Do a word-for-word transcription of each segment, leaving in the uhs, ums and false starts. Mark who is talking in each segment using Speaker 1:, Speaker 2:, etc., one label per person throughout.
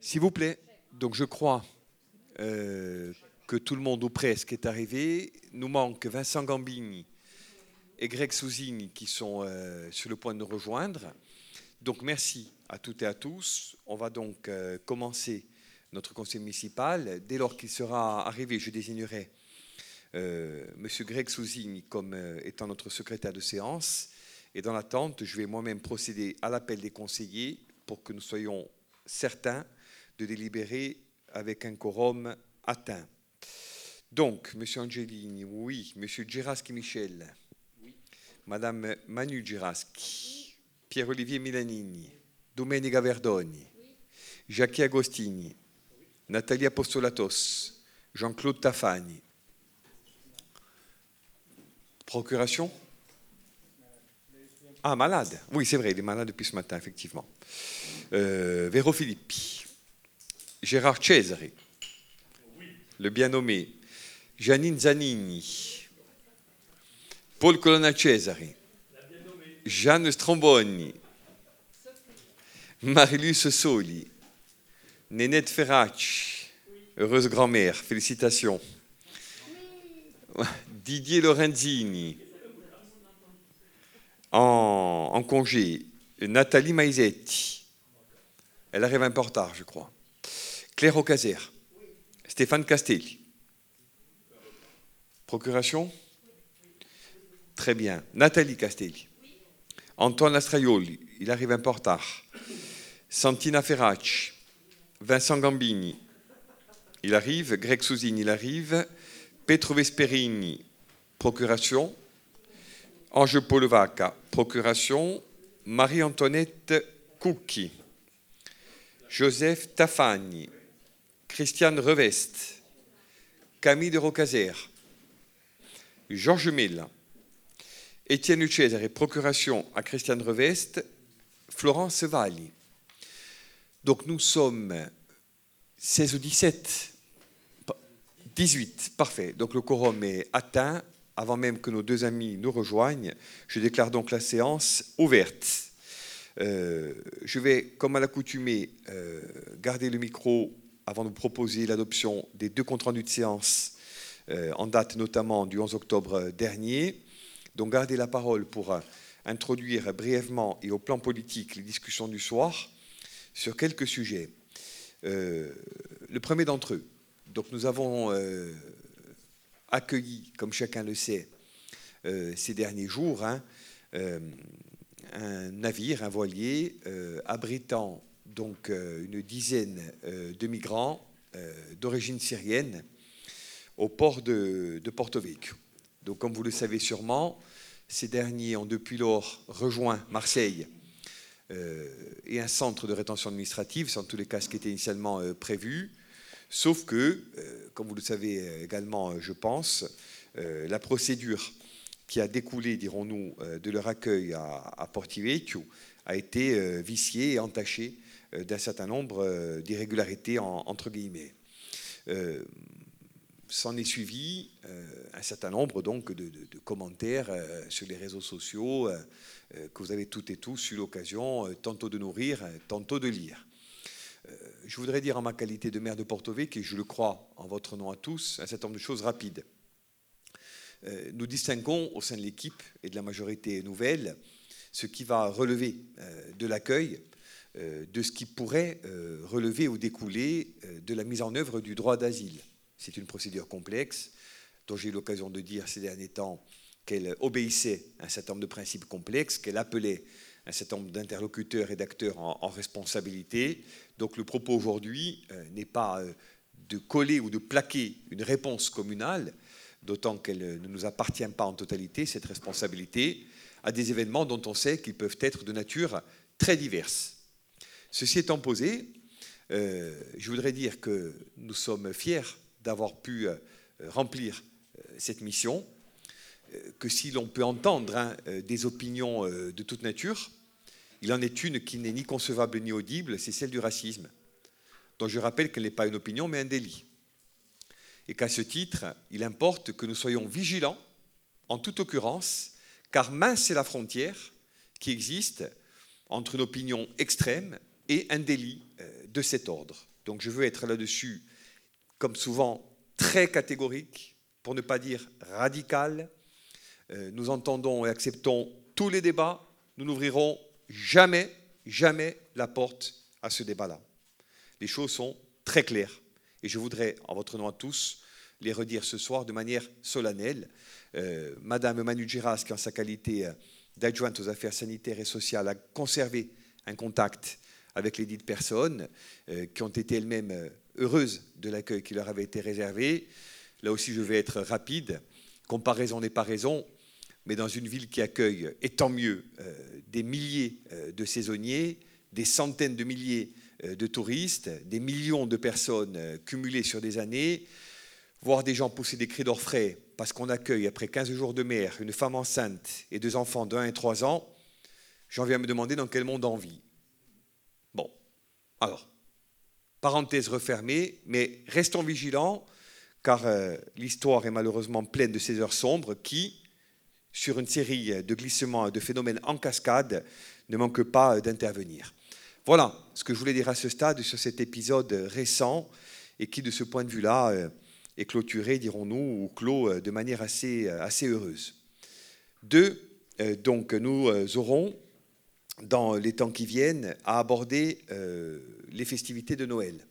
Speaker 1: S'il vous plaît, donc je crois euh, que tout le monde ou presque est arrivé. Nous manque Vincent Gambini et Greg Souzigny qui sont euh, sur le point de nous rejoindre. Donc merci à toutes et à tous. On va donc euh, commencer notre conseil municipal. Dès lors qu'il sera arrivé, je désignerai euh, M. Greg Souzigny comme euh, étant notre secrétaire de séance. Et dans l'attente, je vais moi-même procéder à l'appel des conseillers pour que nous soyons certains de délibérer avec un quorum atteint. Donc, M. Angelini, oui. M. Giraschi Michel, oui. Mme Manu Giraschi, Pierre-Olivier Milanini, Domenica Verdoni, oui. Jackie Agostini, oui. Nathalie Apostolatos, Jean-Claude Tafani. Procuration ? Ah, malade. Oui, c'est vrai, il est malade depuis ce matin, effectivement. Euh, Véro Filippi, Gérard Cesari, oui. Le bien nommé, Janine Zanini, Paul Colonna Cesari, Jeanne Stromboni, Marilus Soli, Nénette Ferracci, oui. Heureuse grand-mère, félicitations. Oui. Didier Lorenzini, en, en congé, Nathalie Maisetti, elle arrive un peu en retard, je crois. Claire Aucaser, oui. Stéphane Castelli. Procuration ? Très bien. Nathalie Castelli. Oui. Antoine Lastraioli, il arrive un peu en retard. Santina Ferracci, Vincent Gambini, il arrive. Greg Souzigny, il arrive. Petro Vesperini, procuration. Ange Polevacca, procuration. Marie-Antoinette Cucchi, Joseph Tafani, Christiane Revest, Camille de Rocaser, Georges Mille, Étienne Cesare, procuration à Christiane Revest, Florence Valli. Donc nous sommes seize ou dix-sept, dix-huit, parfait. Donc le quorum est atteint. Avant même que nos deux amis nous rejoignent, je déclare donc la séance ouverte. Euh, je vais, comme à l'accoutumée, euh, garder le micro avant de vous proposer l'adoption des deux comptes rendus de séance euh, en date notamment du onze octobre dernier. Donc garder la parole pour euh, introduire brièvement et au plan politique les discussions du soir sur quelques sujets. Euh, le premier d'entre eux, donc nous avons euh, accueilli, comme chacun le sait, euh, ces derniers jours, hein, euh, un navire, un voilier, euh, abritant donc euh, une dizaine euh, de migrants euh, d'origine syrienne au port de, de Porto Vecchio. Donc, comme vous le savez sûrement, ces derniers ont depuis lors rejoint Marseille euh, et un centre de rétention administrative, c'est en tous les cas ce qui était initialement euh, prévu, sauf que, euh, comme vous le savez également, euh, je pense, euh, la procédure qui a découlé, dirons-nous, euh, de leur accueil à, à Porto Vecchio a été euh, viciée et entachée euh, d'un certain nombre euh, d'irrégularités, en, entre guillemets. Euh, S'en est suivi euh, un certain nombre donc, de, de, de commentaires euh, sur les réseaux sociaux euh, euh, que vous avez toutes et tous eu l'occasion euh, tantôt de nourrir, euh, tantôt de lire. Euh, je voudrais dire en ma qualité de maire de Porto Vecchio, et je le crois en votre nom à tous, un certain nombre de choses rapides. Euh, nous distinguons au sein de l'équipe et de la majorité nouvelle ce qui va relever euh, de l'accueil, euh, de ce qui pourrait euh, relever ou découler euh, de la mise en œuvre du droit d'asile. C'est une procédure complexe dont j'ai eu l'occasion de dire ces derniers temps qu'elle obéissait à un certain nombre de principes complexes, qu'elle appelait un certain nombre d'interlocuteurs et d'acteurs en, en responsabilité. Donc le propos aujourd'hui euh, n'est pas euh, de coller ou de plaquer une réponse communale, d'autant qu'elle ne nous appartient pas en totalité, cette responsabilité, à des événements dont on sait qu'ils peuvent être de nature très diverse. Ceci étant posé, euh, je voudrais dire que nous sommes fiers d'avoir pu euh, remplir euh, cette mission, euh, que si l'on peut entendre hein, euh, des opinions euh, de toute nature, il en est une qui n'est ni concevable ni audible, c'est celle du racisme, dont je rappelle qu'elle n'est pas une opinion mais un délit. Et qu'à ce titre, il importe que nous soyons vigilants, en toute occurrence, car mince est la frontière qui existe entre une opinion extrême et un délit de cet ordre. Donc je veux être là-dessus, comme souvent, très catégorique, pour ne pas dire radical. Euh, nous entendons et acceptons tous les débats. Nous n'ouvrirons jamais, jamais la porte à ce débat-là. Les choses sont très claires. Et je voudrais, en votre nom à tous, les redire ce soir de manière solennelle. Euh, Madame Manu Giras, qui en sa qualité d'adjointe aux affaires sanitaires et sociales, a conservé un contact avec les dites personnes, euh, qui ont été elles-mêmes euh, heureuses de l'accueil qui leur avait été réservé. Là aussi, je vais être rapide. Comparaison n'est pas raison, mais dans une ville qui accueille, et tant mieux, euh, des milliers euh, de saisonniers, des centaines de milliers euh, de touristes, des millions de personnes euh, cumulées sur des années, voir des gens pousser des cris d'orfraie parce qu'on accueille, après quinze jours de mer, une femme enceinte et deux enfants de un et trois ans, j'en viens à me demander dans quel monde on vit. Bon, alors, parenthèse refermée, mais restons vigilants, car euh, l'histoire est malheureusement pleine de ces heures sombres qui, sur une série de glissements et de phénomènes en cascade, ne manquent pas d'intervenir. Voilà ce que je voulais dire à ce stade sur cet épisode récent et qui, de ce point de vue-là, euh, est clôturé, dirons-nous, ou clos euh, de manière assez, euh, assez heureuse. Deux, euh, donc nous euh, aurons, dans les temps qui viennent, à aborder euh, les festivités de Noël.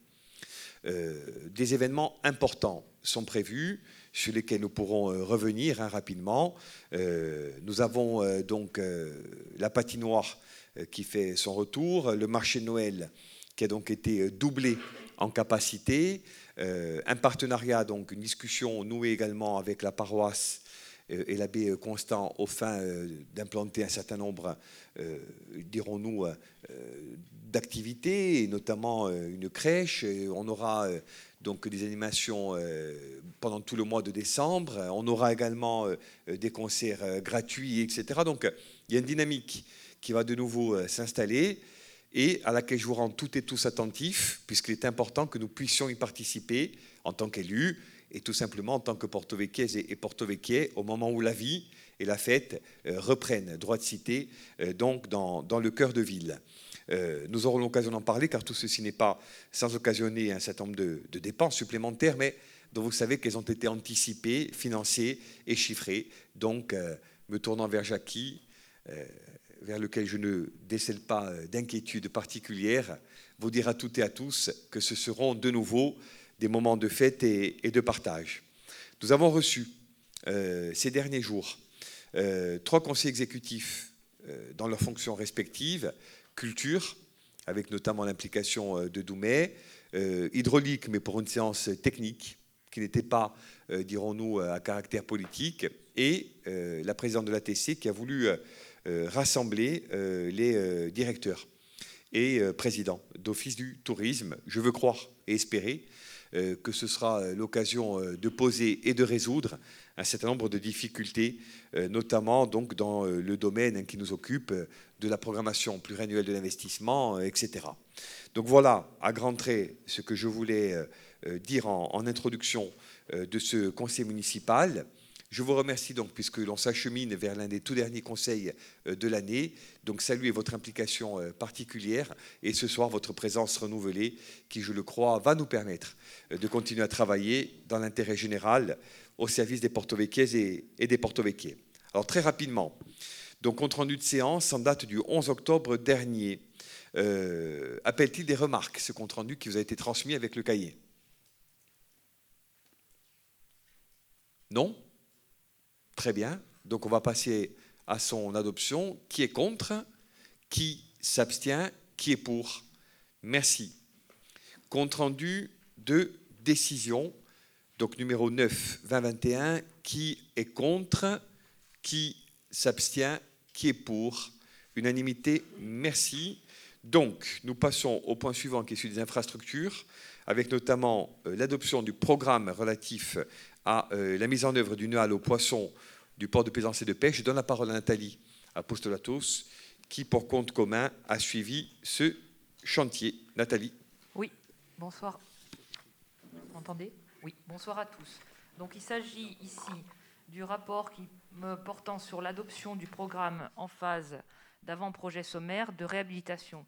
Speaker 1: Euh, des événements importants sont prévus, sur lesquels nous pourrons euh, revenir hein, rapidement. Euh, nous avons euh, donc euh, la patinoire euh, qui fait son retour, le marché de Noël qui a donc été doublé en capacité, euh, un partenariat, donc une discussion nouée également avec la paroisse et l'abbé Constant au fin d'implanter un certain nombre, euh, dirons-nous, euh, d'activités, et notamment euh, une crèche. Et on aura euh, donc des animations euh, pendant tout le mois de décembre. On aura également euh, des concerts euh, gratuits, et cetera. Donc il y a une dynamique qui va de nouveau euh, s'installer et à laquelle je vous rends toutes et tous attentifs, puisqu'il est important que nous puissions y participer en tant qu'élus, et tout simplement en tant que porto-vecchiaises et porto-vecchiais, au moment où la vie et la fête euh, reprennent droit de cité, euh, donc dans, dans le cœur de ville. Euh, nous aurons l'occasion d'en parler, car tout ceci n'est pas sans occasionner un certain nombre de, de dépenses supplémentaires, mais dont vous savez qu'elles ont été anticipées, financées et chiffrées. Donc, euh, me tournant vers Jackie, euh, vers lequel je ne décèle pas d'inquiétude particulière, vous dire à toutes et à tous que ce seront de nouveau des moments de fête et, et de partage. Nous avons reçu euh, ces derniers jours euh, trois conseillers exécutifs euh, dans leurs fonctions respectives, culture, avec notamment l'implication euh, de Doumet, euh, hydraulique, mais pour une séance technique, qui n'était pas, euh, dirons-nous, à caractère politique, et euh, la présidente de l'A T C qui a voulu euh, rassembler euh, les euh, directeurs et euh, présidents d'office du tourisme. Je veux croire et espérer euh, que ce sera l'occasion euh, de poser et de résoudre un certain nombre de difficultés, euh, notamment donc dans euh, le domaine qui nous occupe euh, de la programmation pluriannuelle de l'investissement, euh, et cetera. Donc voilà, à grands traits, ce que je voulais euh, dire en, en introduction euh, de ce conseil municipal. Je vous remercie donc, puisque l'on s'achemine vers l'un des tout derniers conseils de l'année. Donc saluez votre implication particulière et ce soir votre présence renouvelée qui, je le crois, va nous permettre de continuer à travailler dans l'intérêt général au service des porto-vecchiaises et, et des porto-vecchiais. Alors très rapidement, donc compte rendu de séance en date du onze octobre dernier. Euh, appelle-t-il des remarques, ce compte rendu qui vous a été transmis avec le cahier? Non? Très bien. Donc on va passer à son adoption. Qui est contre? Qui s'abstient? Qui est pour? Merci. Compte rendu de décision, donc numéro neuf vingt vingt et un. Qui est contre? Qui s'abstient? Qui est pour? Unanimité, merci. Donc, nous passons au point suivant qui est celui des infrastructures, avec notamment euh, l'adoption du programme relatif à euh, la mise en œuvre du nœud aux poissons du port de plaisance et de pêche. Je donne la parole à Nathalie Apostolatos, qui, pour compte commun, a suivi ce chantier. Nathalie.
Speaker 2: Oui, bonsoir. Vous m'entendez? Oui, bonsoir à tous. Donc, il s'agit ici du rapport qui me portant sur l'adoption du programme en phase d'avant-projet sommaire de réhabilitation.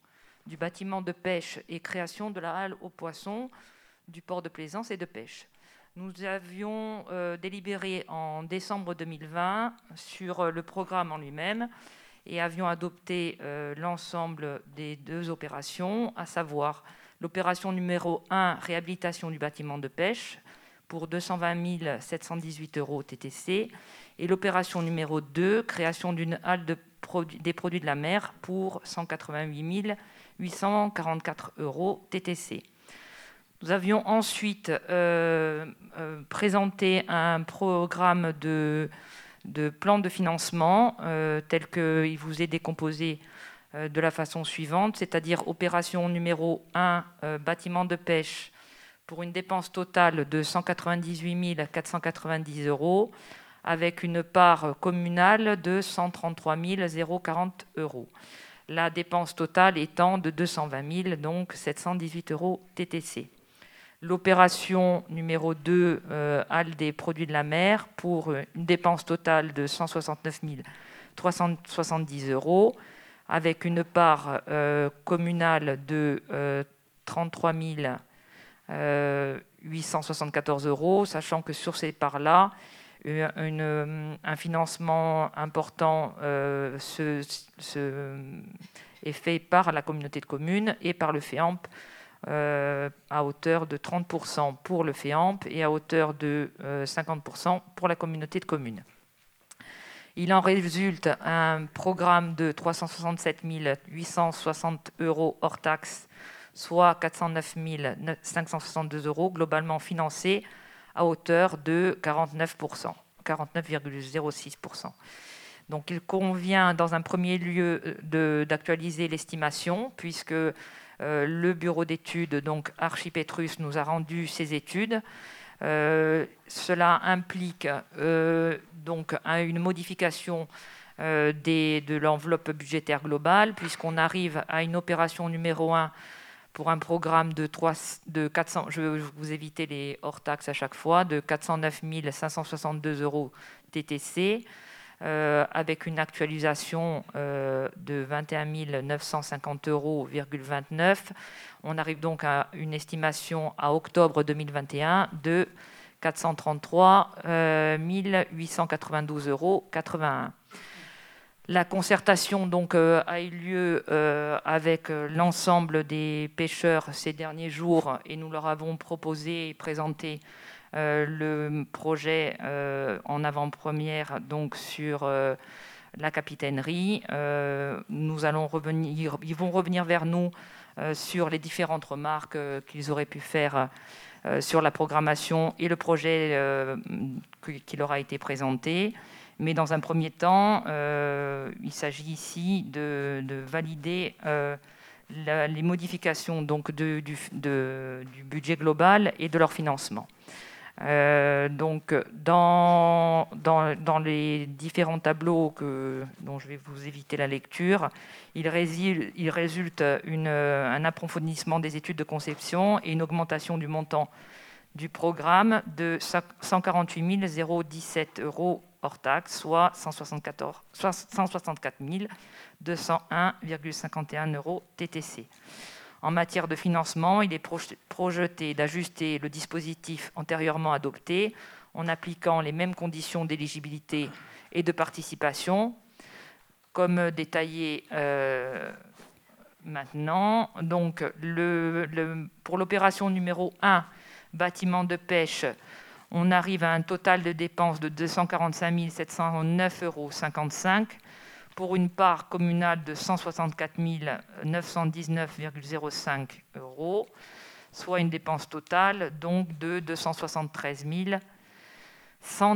Speaker 2: du bâtiment de pêche et création de la halle aux poissons du port de plaisance et de pêche. Nous avions euh, délibéré en décembre deux mille vingt sur euh, le programme en lui-même et avions adopté euh, l'ensemble des deux opérations, à savoir l'opération numéro un, réhabilitation du bâtiment de pêche, pour deux cent vingt mille sept cent dix-huit euros T T C, et l'opération numéro deux, création d'une halle de produits, des produits de la mer, pour cent quatre-vingt-huit mille huit cent quarante-quatre euros T T C. Nous avions ensuite euh, euh, présenté un programme de, de plan de financement euh, tel qu'il vous est décomposé euh, de la façon suivante, c'est-à-dire opération numéro un, euh, bâtiment de pêche, pour une dépense totale de cent quatre-vingt-dix-huit mille quatre cent quatre-vingt-dix euros, avec une part communale de cent trente-trois mille quarante euros. La dépense totale étant de deux cent vingt mille, donc sept cent dix-huit euros T T C. L'opération numéro deux, euh, halle des produits de la mer, pour une dépense totale de cent soixante-neuf mille trois cent soixante-dix euros, avec une part euh, communale de euh, trente-trois mille huit cent soixante-quatorze euros, sachant que sur ces parts-là, une, une, un financement important euh, se, se, est fait par la communauté de communes et par le FEAMP, euh, à hauteur de trente pour cent pour le FEAMP et à hauteur de euh, cinquante pour cent pour la communauté de communes. Il en résulte un programme de trois cent soixante-sept mille huit cent soixante euros hors taxes, soit quatre cent neuf mille cinq cent soixante-deux euros, globalement financés à hauteur de quarante-neuf pour cent, quarante-neuf virgule zéro six pour cent. Donc il convient dans un premier lieu de, d'actualiser l'estimation, puisque euh, le bureau d'études, donc Archipetrus, nous a rendu ses études. Euh, cela implique euh, donc une modification euh, des, de l'enveloppe budgétaire globale, puisqu'on arrive à une opération numéro un pour un programme de, trois, de quatre cents, je vais vous éviter les hors taxes à chaque fois, de quatre cent neuf mille cinq cent soixante-deux euros T T C, euh, avec une actualisation euh, de vingt et un mille neuf cent cinquante euros vingt-neuf. On arrive donc à une estimation à octobre deux mille vingt et un de quatre cent trente-trois mille huit cent quatre-vingt-douze euros quatre-vingt-un. La concertation donc, euh, a eu lieu euh, avec euh, l'ensemble des pêcheurs ces derniers jours et nous leur avons proposé et présenté euh, le projet euh, en avant-première donc, sur euh, la capitainerie. Euh, nous allons revenir, ils vont revenir vers nous euh, sur les différentes remarques euh, qu'ils auraient pu faire euh, sur la programmation et le projet euh, qui leur a été présenté. Mais dans un premier temps, euh, il s'agit ici de, de valider euh, la, les modifications donc de, du, de, du budget global et de leur financement. Euh, donc, dans, dans, dans les différents tableaux que, dont je vais vous éviter la lecture, il résulte, il résulte une, un approfondissement des études de conception et une augmentation du montant du programme de cent quarante-huit mille dix-sept euros hors taxe, soit cent soixante-quatre mille deux cent un virgule cinquante et un euros T T C. En matière de financement, il est projeté d'ajuster le dispositif antérieurement adopté en appliquant les mêmes conditions d'éligibilité et de participation, comme détaillé euh, maintenant. Donc, le, le, pour l'opération numéro un, bâtiment de pêche, on arrive à un total de dépenses de deux cent quarante-cinq mille sept cent neuf euros cinquante-cinq pour une part communale de cent soixante-quatre mille neuf cent dix-neuf virgule zéro cinq euros, soit une dépense totale donc de deux cent soixante-treize mille cent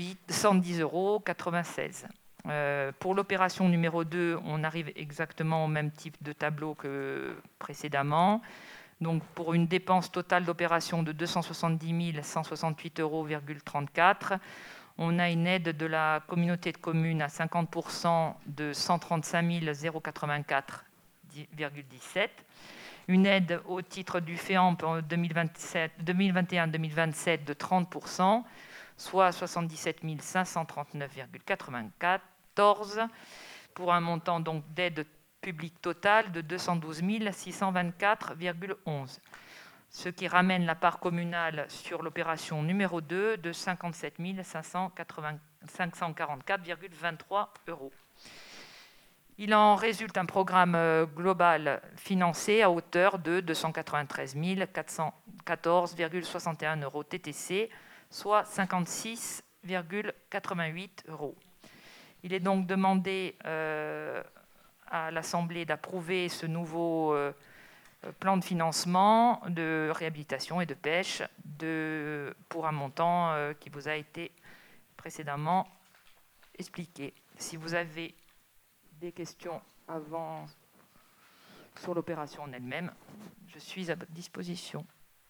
Speaker 2: dix euros quatre-vingt-seize. Euh, pour l'opération numéro deux, on arrive exactement au même type de tableau que précédemment. Donc, pour une dépense totale d'opération de deux cent soixante-dix mille cent soixante-huit euros trente-quatre, on a une aide de la communauté de communes à cinquante pour cent de cent trente-cinq mille quatre-vingt-quatre virgule dix-sept, une aide au titre du FEAMP en deux mille vingt et un deux mille vingt-sept de trente pour cent, soit soixante-dix-sept mille cinq cent trente-neuf virgule quatre-vingt-quatorze, pour un montant donc d'aide public total de deux cent douze mille six cent vingt-quatre virgule onze, ce qui ramène la part communale sur l'opération numéro deux de cinquante-sept mille cinq cent quarante-quatre virgule vingt-trois euros. Il en résulte un programme global financé à hauteur de deux cent quatre-vingt-treize mille quatre cent quatorze virgule soixante et un euros T T C, soit cinquante-six virgule quatre-vingt-huit euros. Il est donc demandé euh, à l'Assemblée d'approuver ce nouveau euh, plan de financement de réhabilitation et de pêche de, pour un montant euh, qui vous a été précédemment expliqué. Si vous avez des questions avant sur l'opération en elle-même, je suis à votre disposition.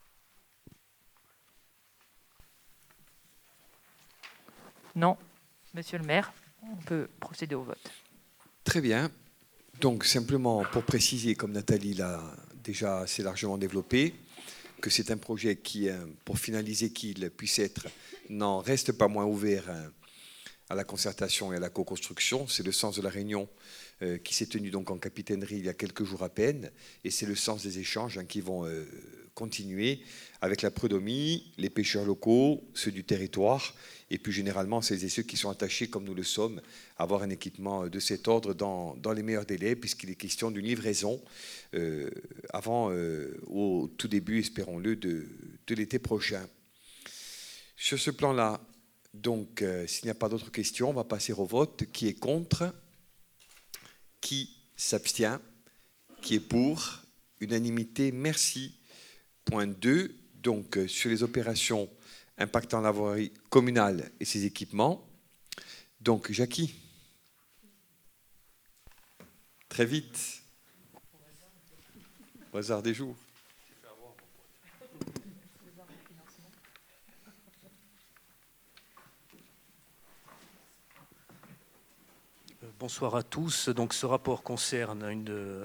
Speaker 2: Non, monsieur le maire, on peut procéder au vote.
Speaker 1: Très bien. Donc, simplement pour préciser, comme Nathalie l'a déjà assez largement développé, que c'est un projet qui, pour finaliser qu'il puisse être, n'en reste pas moins ouvert à la concertation et à la co-construction. C'est le sens de la réunion euh, qui s'est tenue donc en capitainerie il y a quelques jours à peine, et c'est le sens des échanges hein, qui vont euh, continuer avec la prud'homie, les pêcheurs locaux, ceux du territoire, et plus généralement celles et ceux qui sont attachés, comme nous le sommes, à avoir un équipement de cet ordre dans, dans les meilleurs délais, puisqu'il est question d'une livraison euh, avant, euh, au tout début, espérons-le, de, de l'été prochain. Sur ce plan-là, donc, euh, s'il n'y a pas d'autres questions, on va passer au vote. Qui est contre? Qui s'abstient? Qui est pour? Unanimité, merci. Point deux, donc, euh, sur les opérations impactant la voirie communale et ses équipements. Donc, Jackie. Très vite. Au hasard des jours.
Speaker 3: Bonsoir à tous. Donc, ce rapport concerne une,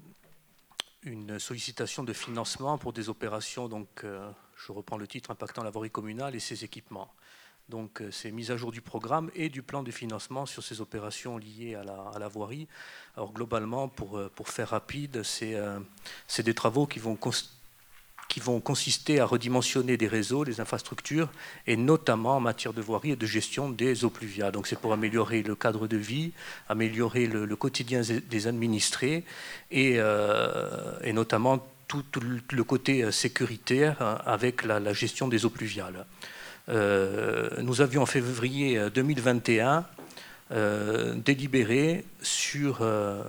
Speaker 3: une sollicitation de financement pour des opérations, donc, euh, je reprends le titre, impactant la voirie communale et ses équipements. Donc, c'est mise à jour du programme et du plan de financement sur ces opérations liées à la, à la voirie. Alors, globalement, pour, pour faire rapide, c'est euh, des travaux qui vont constituer qui vont consister à redimensionner des réseaux, des infrastructures, et notamment en matière de voirie et de gestion des eaux pluviales. Donc c'est pour améliorer le cadre de vie, améliorer le, le quotidien des administrés, et, euh, et notamment tout, tout le côté sécuritaire avec la, la gestion des eaux pluviales. Euh, nous avions en février deux mille vingt et un euh, délibéré sur euh,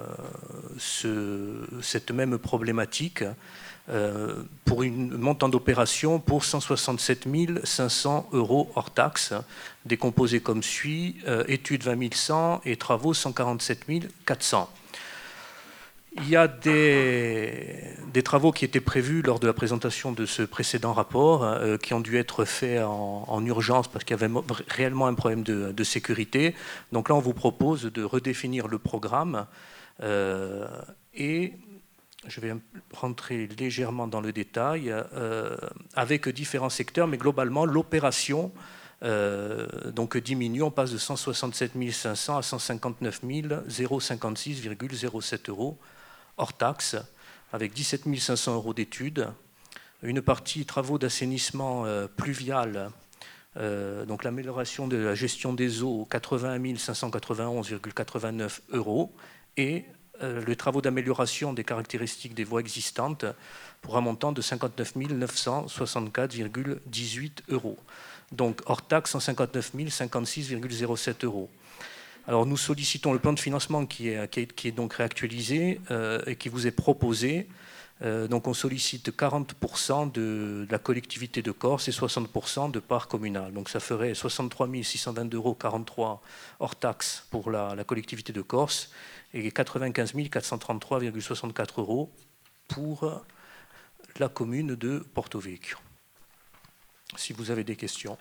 Speaker 3: ce, cette même problématique, Euh, pour une montant d'opération pour cent soixante-sept mille cinq cents euros hors taxe, décomposé comme suit, euh, études vingt mille cent et travaux cent quarante-sept mille quatre cents. Il y a des, des travaux qui étaient prévus lors de la présentation de ce précédent rapport, euh, qui ont dû être faits en, en urgence parce qu'il y avait réellement un problème de, de sécurité. Donc là, on vous propose de redéfinir le programme euh, et je vais rentrer légèrement dans le détail, euh, avec différents secteurs, mais globalement, l'opération euh, donc diminue, on passe de cent soixante-sept mille cinq cents à cent cinquante-neuf mille cinquante-six virgule zéro sept euros hors taxe, avec dix-sept mille cinq cents euros d'études, une partie travaux d'assainissement euh, pluvial, euh, donc l'amélioration de la gestion des eaux, quatre-vingt mille cinq cent quatre-vingt-onze virgule quatre-vingt-neuf euros, et les travaux d'amélioration des caractéristiques des voies existantes pour un montant de cinquante-neuf mille neuf cent soixante-quatre virgule dix-huit euros. Donc, hors taxe, cent cinquante-neuf mille cinquante-six virgule zéro sept euros. Alors, nous sollicitons le plan de financement qui est, qui est, qui est donc réactualisé euh, et qui vous est proposé. Euh, donc, on sollicite quarante pour cent de, de la collectivité de Corse et soixante pour cent de part communale. Donc, ça ferait soixante-trois mille six cent vingt-deux euros quarante-trois hors taxe pour la, la collectivité de Corse et quatre-vingt-quinze mille quatre cent trente-trois virgule soixante-quatre euros pour la commune de Porto Vecchio. Si vous avez des questions.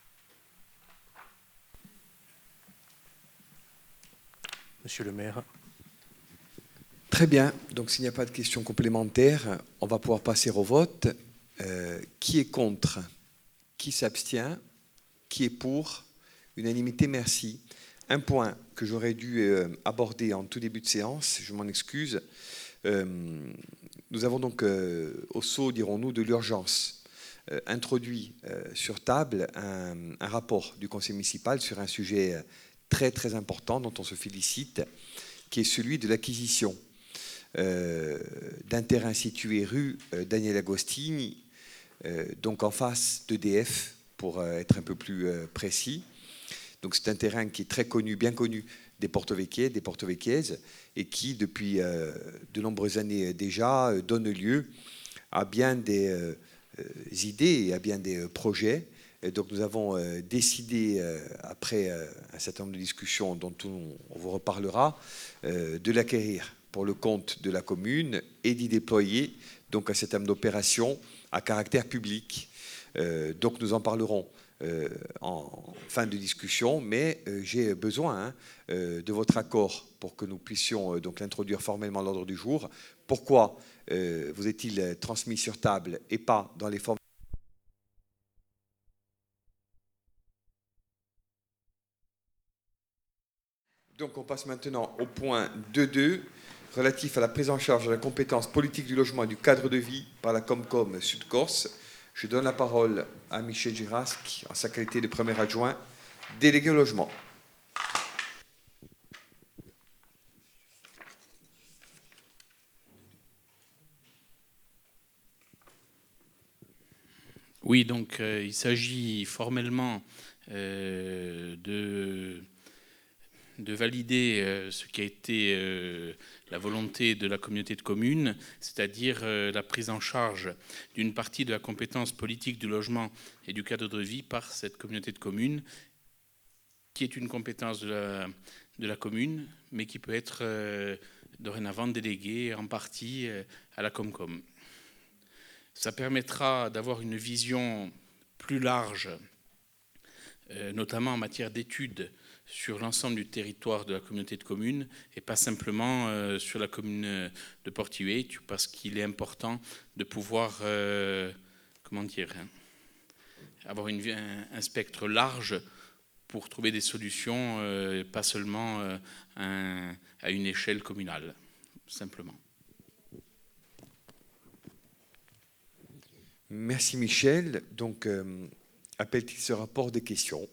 Speaker 3: Monsieur le maire.
Speaker 1: Très bien. Donc, s'il n'y a pas de questions complémentaires, on va pouvoir passer au vote. Euh, qui est contre? Qui s'abstient? Qui est pour? Unanimité, merci. un point que j'aurais dû euh, aborder en tout début de séance, je m'en excuse. Euh, nous avons donc, euh, au saut, dirons-nous, de l'urgence, euh, introduit euh, sur table un, un rapport du conseil municipal sur un sujet très très important dont on se félicite, qui est celui de l'acquisition euh, d'un terrain situé rue euh, Daniel Agostini, euh, donc en face d'E D F, pour euh, être un peu plus euh, précis. Donc c'est un terrain qui est très connu, bien connu des porto-vecchiais, des porto-vecchiaises, et qui, depuis euh, de nombreuses années déjà, euh, donne lieu à bien des euh, idées et à bien des euh, projets. Et donc nous avons euh, décidé, euh, après euh, un certain nombre de discussions dont on, on vous reparlera, euh, de l'acquérir pour le compte de la commune et d'y déployer donc un certain nombre d'opérations à caractère public. Euh, donc nous en parlerons Euh, en fin de discussion, mais euh, j'ai besoin hein, euh, de votre accord pour que nous puissions euh, donc l'introduire formellement à l'ordre du jour. Pourquoi euh, vous est-il transmis sur table et pas dans les formes? Donc on passe maintenant au point deux point deux, relatif à la prise en charge de la compétence politique du logement et du cadre de vie par la Comcom Sud-Corse. Je donne la parole à Michel Girasc, en sa qualité de premier adjoint, délégué au logement.
Speaker 4: Oui, donc euh, il s'agit formellement euh, de, de valider euh, ce qui a été euh, la volonté de la communauté de communes, c'est-à-dire euh, la prise en charge d'une partie de la compétence politique du logement et du cadre de vie par cette communauté de communes, qui est une compétence de la, de la commune, mais qui peut être euh, dorénavant déléguée en partie euh, à la Comcom. Ça permettra d'avoir une vision plus large, euh, notamment en matière d'études sur l'ensemble du territoire de la communauté de communes et pas simplement euh, sur la commune de Portiuet, parce qu'il est important de pouvoir, euh, comment dire, hein, avoir une, un, un spectre large pour trouver des solutions, euh, pas seulement euh, un, à une échelle communale, simplement.
Speaker 1: Merci Michel. Donc, euh, appelle-t-il ce rapport des questions?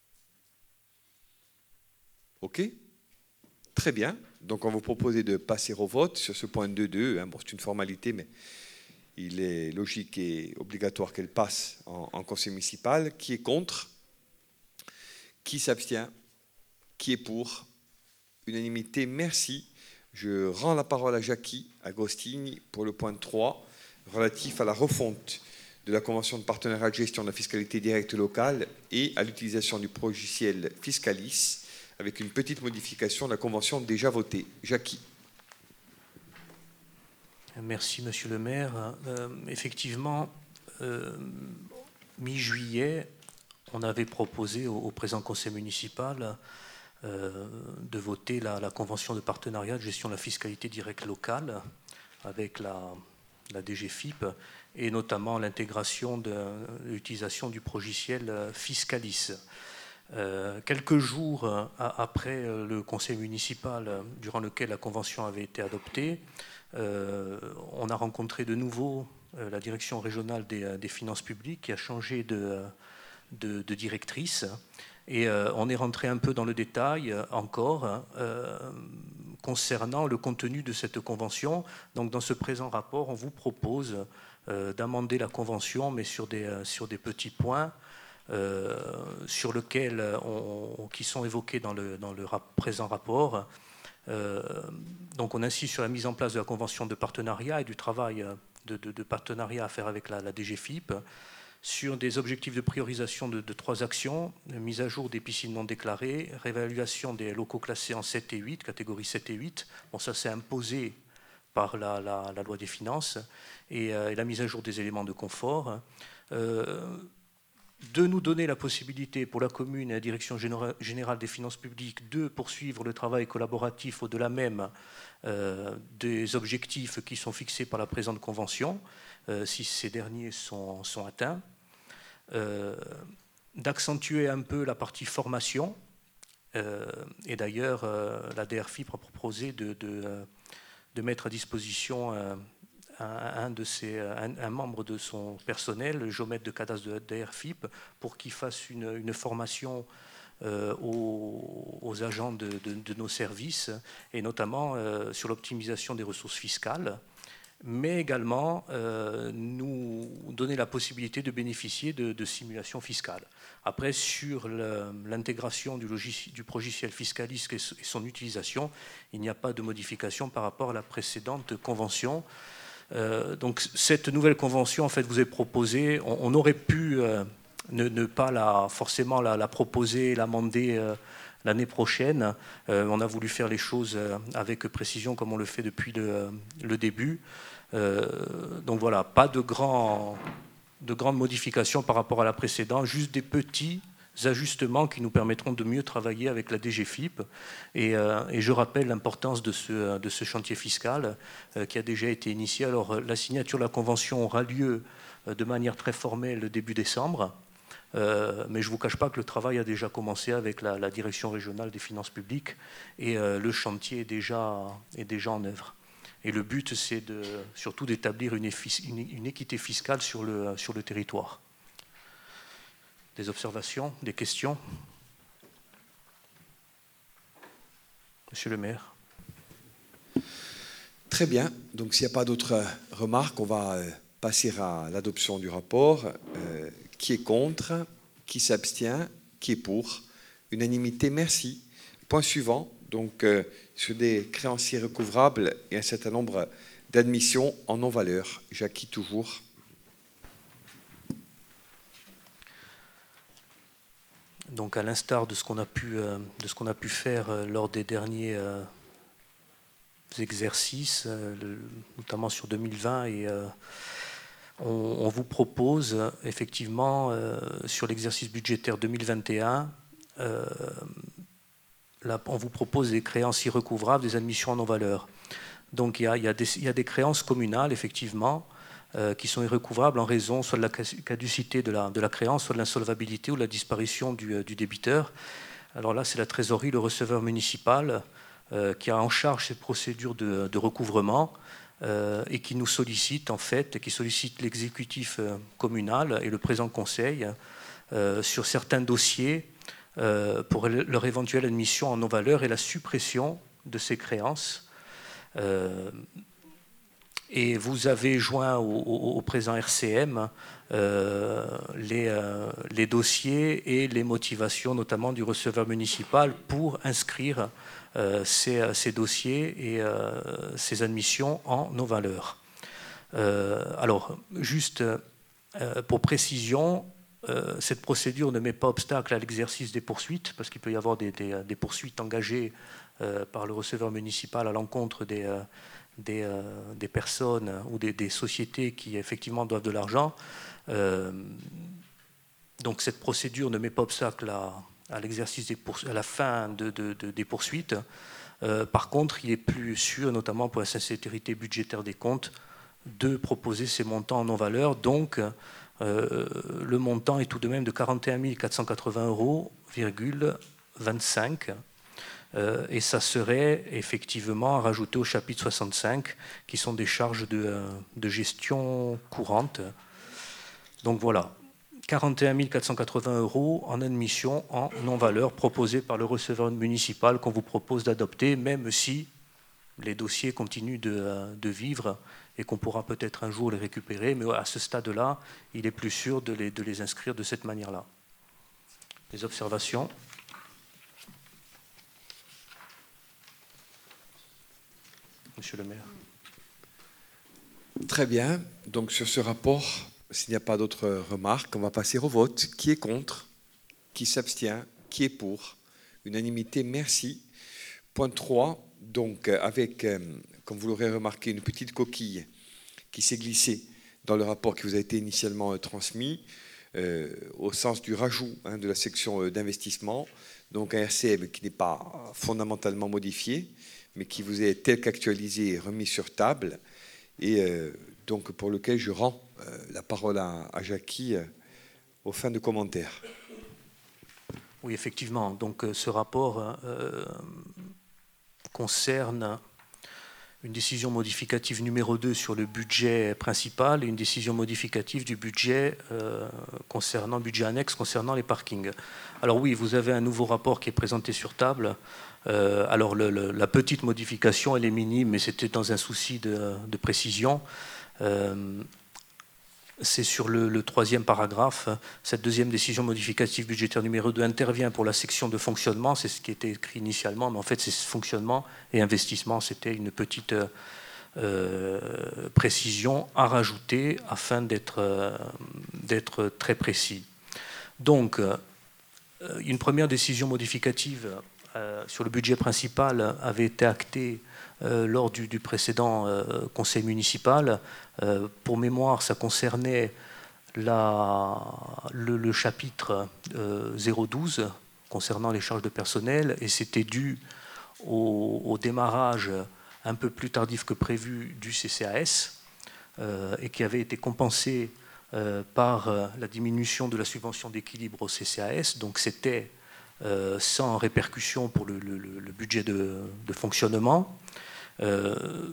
Speaker 1: OK? Très bien. Donc, on va vous proposer de passer au vote sur ce point deux point deux. Hein. Bon, c'est une formalité, mais il est logique et obligatoire qu'elle passe en, en conseil municipal. Qui est contre? Qui s'abstient? Qui est pour? Unanimité, merci. Je rends la parole à Jackie Agostini pour le point trois, relatif à la refonte de la convention de partenariat de gestion de la fiscalité directe locale et à l'utilisation du logiciel Fiscalis, avec une petite modification de la convention déjà votée. Jackie.
Speaker 3: Merci, Monsieur le maire. Euh, effectivement, euh, mi-juillet, on avait proposé au, au présent conseil municipal euh, de voter la, la convention de partenariat de gestion de la fiscalité directe locale avec la, la D G F I P et notamment l'intégration de l'utilisation du logiciel Fiscalis. Euh, quelques jours a, après le conseil municipal durant lequel la convention avait été adoptée, euh, on a rencontré de nouveau euh, la direction régionale des, des finances publiques qui a changé de, de, de directrice et euh, on est rentré un peu dans le détail euh, encore euh, concernant le contenu de cette convention. Donc dans ce présent rapport, on vous propose euh, d'amender la convention mais sur des, sur des petits points Euh, sur lesquels on, qui sont évoqués dans le, dans le rap, présent rapport. Euh, donc on insiste sur la mise en place de la convention de partenariat et du travail de, de, de partenariat à faire avec la, la D G F I P, sur des objectifs de priorisation de, de trois actions: mise à jour des piscines non déclarées, réévaluation des locaux classés en sept et huit, catégorie sept et huit. Bon, ça c'est imposé par la, la, la loi des finances, et, euh, et la mise à jour des éléments de confort. Euh, de nous donner la possibilité pour la commune et la direction générale des finances publiques de poursuivre le travail collaboratif au-delà même euh, des objectifs qui sont fixés par la présente convention, euh, si ces derniers sont, sont atteints, euh, d'accentuer un peu la partie formation Euh, et d'ailleurs, euh, la D R F I P a proposé de, de, de mettre à disposition euh, un, un, de ses, un, un membre de son personnel, le géomètre de cadastre de la D R F I P, pour qu'il fasse une, une formation euh, aux, aux agents de, de, de nos services, et notamment euh, sur l'optimisation des ressources fiscales, mais également euh, nous donner la possibilité de bénéficier de, de simulations fiscales. Après, sur l'intégration du, du logiciel Fiscalis et son utilisation, il n'y a pas de modification par rapport à la précédente convention. Euh, donc cette nouvelle convention, en fait, vous est proposée, on, on aurait pu euh, ne, ne pas la, forcément la, la proposer, l'amender euh, l'année prochaine. Euh, on a voulu faire les choses avec précision comme on le fait depuis le, le début. Euh, donc voilà, pas de, grand, de grandes modifications par rapport à la précédente, juste des petits ajustements qui nous permettront de mieux travailler avec la D G F I P. Et, euh, et je rappelle l'importance de ce, de ce chantier fiscal euh, qui a déjà été initié. Alors la signature de la convention aura lieu euh, de manière très formelle début décembre. Euh, mais je ne vous cache pas que le travail a déjà commencé avec la, la direction régionale des finances publiques et euh, le chantier est déjà, est déjà en œuvre. Et le but, c'est de, surtout d'établir une, une, une équité fiscale sur le, sur le territoire. Des observations, des questions? Monsieur le maire.
Speaker 1: Très bien. Donc s'il n'y a pas d'autres remarques, on va passer à l'adoption du rapport. Euh, qui est contre? Qui s'abstient? Qui est pour? Unanimité, merci. Point suivant. Donc, euh, sur des créanciers recouvrables et un certain nombre d'admissions en non-valeur. Jackie, toujours.
Speaker 3: Donc, à l'instar de ce qu'on a pu, euh, de ce qu'on a pu faire euh, lors des derniers euh, exercices, euh, le, notamment sur deux mille vingt, et euh, on, on vous propose effectivement euh, sur l'exercice budgétaire deux mille vingt et un. Euh, Là, on vous propose des créances irrecouvrables, des admissions en non-valeur. Donc il y, a, il, y a des, il y a des créances communales, effectivement, euh, qui sont irrecouvrables en raison soit de la caducité de la, de la créance, soit de l'insolvabilité ou de la disparition du, du débiteur. Alors là, c'est la trésorerie, le receveur municipal, euh, qui a en charge cette procédure de, de recouvrement euh, et qui nous sollicite, en fait, qui sollicite l'exécutif euh, communal et le présent conseil euh, sur certains dossiers Euh, pour leur éventuelle admission en non-valeur et la suppression de ces créances. Euh, et vous avez joint au, au, au présent R C M euh, les, euh, les dossiers et les motivations, notamment du receveur municipal, pour inscrire euh, ces, ces dossiers et euh, ces admissions en non-valeur. Euh, alors, juste euh, pour précision, Euh, cette procédure ne met pas obstacle à l'exercice des poursuites, parce qu'il peut y avoir des, des, des poursuites engagées euh, par le receveur municipal à l'encontre des, euh, des, euh, des personnes ou des, des sociétés qui effectivement doivent de l'argent. Euh, donc cette procédure ne met pas obstacle à, à l'exercice des poursuites, à la fin de, de, de, des poursuites. Euh, par contre, il est plus sûr, notamment pour la sincérité budgétaire des comptes, de proposer ces montants en non-valeur. Donc, Euh, le montant est tout de même de quarante et un mille quatre cent quatre-vingts euros, vingt-cinq. Euh, et ça serait effectivement rajouté au chapitre soixante-cinq, qui sont des charges de, de gestion courante. Donc voilà, quarante et un mille quatre cent quatre-vingts euros en admission en non-valeur proposée par le receveur municipal qu'on vous propose d'adopter, même si les dossiers continuent de, de vivre et qu'on pourra peut-être un jour les récupérer, mais à ce stade-là, il est plus sûr de les, de les inscrire de cette manière-là. Des observations? Monsieur le maire.
Speaker 1: Très bien. Donc sur ce rapport, s'il n'y a pas d'autres remarques, on va passer au vote. Qui est contre? Qui s'abstient? Qui est pour? Unanimité, merci. Point trois. Donc, avec, euh, comme vous l'aurez remarqué, une petite coquille qui s'est glissée dans le rapport qui vous a été initialement euh, transmis, euh, au sens du rajout hein, de la section euh, d'investissement. Donc, un R C M qui n'est pas fondamentalement modifié, mais qui vous est tel qu'actualisé et remis sur table, et euh, donc pour lequel je rends euh, la parole à, à Jackie euh, aux fins de commentaires.
Speaker 3: Oui, effectivement. Donc, ce rapport euh, concerne une décision modificative numéro deux sur le budget principal et une décision modificative du budget euh, concernant budget annexe concernant les parkings. Alors oui, vous avez un nouveau rapport qui est présenté sur table. Euh, alors le, le, la petite modification, elle est minime, mais c'était dans un souci de, de précision. Euh, C'est sur le, le troisième paragraphe. Cette deuxième décision modificative budgétaire numéro deux intervient pour la section de fonctionnement. C'est ce qui était écrit initialement, mais en fait, c'est fonctionnement et investissement. C'était une petite euh, précision à rajouter afin d'être euh, d'être très précis. Donc, euh, une première décision modificative euh, sur le budget principal avait été actée Euh, lors du, du précédent euh, conseil municipal. Euh, pour mémoire, ça concernait la, le, le chapitre euh, zéro douze concernant les charges de personnel, et c'était dû au, au démarrage un peu plus tardif que prévu du C C A S euh, et qui avait été compensé euh, par euh, la diminution de la subvention d'équilibre au C C A S. Donc c'était euh, sans répercussion pour le, le, le budget de, de fonctionnement. Euh,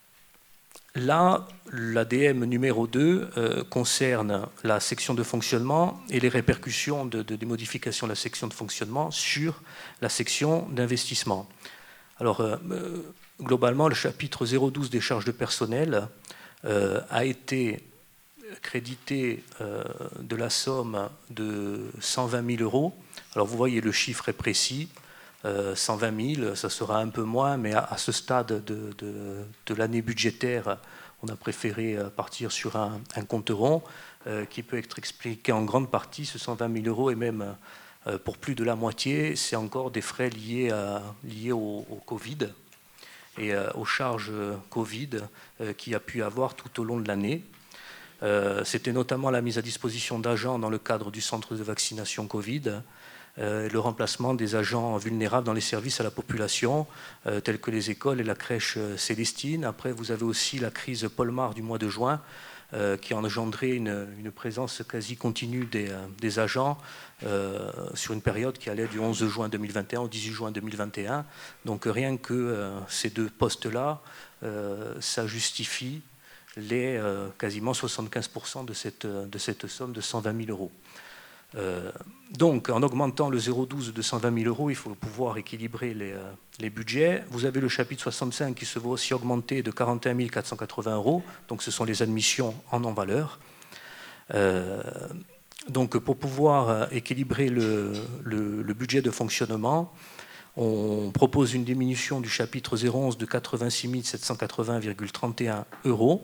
Speaker 3: là, l'A D M numéro deux euh, concerne la section de fonctionnement et les répercussions de, de, des modifications de la section de fonctionnement sur la section d'investissement. Alors, euh, globalement, le chapitre zéro douze des charges de personnel euh, a été crédité euh, de la somme de cent vingt mille euros. Alors, vous voyez, le chiffre est précis. Euh, cent vingt mille, ça sera un peu moins, mais à, à ce stade de, de, de l'année budgétaire, on a préféré partir sur un, un compte rond euh, qui peut être expliqué en grande partie, ce cent vingt mille euros, et même euh, pour plus de la moitié, c'est encore des frais liés, à, liés au, au Covid et euh, aux charges Covid euh, qu'il y a pu avoir tout au long de l'année. Euh, c'était notamment la mise à disposition d'agents dans le cadre du centre de vaccination Covid, Euh, le remplacement des agents vulnérables dans les services à la population, euh, tels que les écoles et la crèche euh, Célestine. Après, vous avez aussi la crise Polmar du mois de juin, euh, qui a engendré une, une présence quasi continue des, euh, des agents euh, sur une période qui allait du onze juin deux mille vingt et un au dix-huit juin deux mille vingt et un. Donc rien que euh, ces deux postes-là, euh, ça justifie les euh, quasiment soixante-quinze pour cent de cette, de cette somme de cent vingt mille euros. Euh, donc, en augmentant le zéro douze de cent vingt mille euros, il faut pouvoir équilibrer les, euh, les budgets. Vous avez le chapitre soixante-cinq qui se voit aussi augmenter de quarante et un mille quatre cent quatre-vingts euros. Donc, ce sont les admissions en non-valeur. Euh, donc, pour pouvoir équilibrer le, le, le budget de fonctionnement, on propose une diminution du chapitre zéro onze de quatre-vingt-six mille sept cent quatre-vingts virgule trente et un euros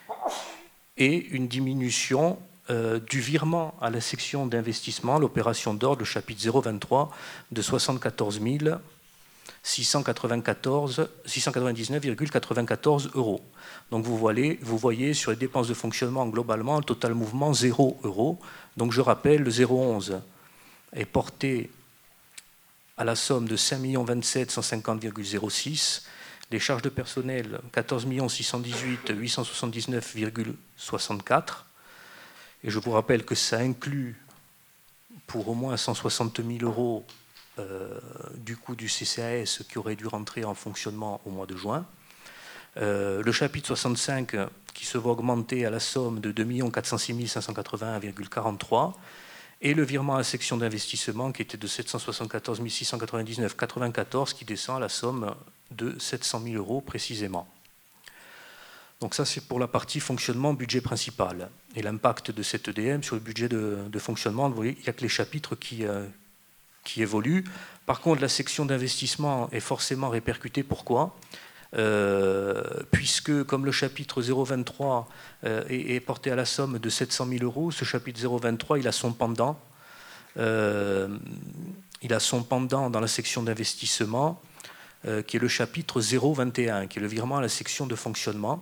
Speaker 3: et une diminution Euh, du virement à la section d'investissement, l'opération d'ordre, le chapitre zéro vingt-trois, de soixante-quatorze mille six cent quatre-vingt-dix-neuf virgule quatre-vingt-quatorze euros. Donc vous voyez, vous voyez sur les dépenses de fonctionnement globalement un total mouvement zéro euros. Donc je rappelle, le zéro onze est porté à la somme de cinq millions vingt-sept cent cinquante virgule zéro six. Les charges de personnel, quatorze millions six cent dix-huit huit cent soixante-dix-neuf virgule soixante-quatre. Et je vous rappelle que ça inclut pour au moins cent soixante mille euros euh, du coût du C C A S qui aurait dû rentrer en fonctionnement au mois de juin. Euh, le chapitre soixante-cinq qui se voit augmenter à la somme de deux millions quatre cent six mille cinq cent quatre-vingt-un virgule quarante-trois. Et le virement à la section d'investissement qui était de sept cent soixante-quatorze mille six cent quatre-vingt-dix-neuf virgule quatre-vingt-quatorze qui descend à la somme de sept cent mille euros précisément. Donc ça, c'est pour la partie fonctionnement, budget principal. Et l'impact de cette E D M sur le budget de, de fonctionnement, vous voyez, il n'y a que les chapitres qui, euh, qui évoluent. Par contre, la section d'investissement est forcément répercutée. Pourquoi ? euh, Puisque, comme le chapitre zéro vingt-trois euh, est, est porté à la somme de sept cent mille euros, ce chapitre zéro vingt-trois, il a son pendant. Euh, il a son pendant dans la section d'investissement, euh, qui est le chapitre zéro vingt et un, qui est le virement à la section de fonctionnement.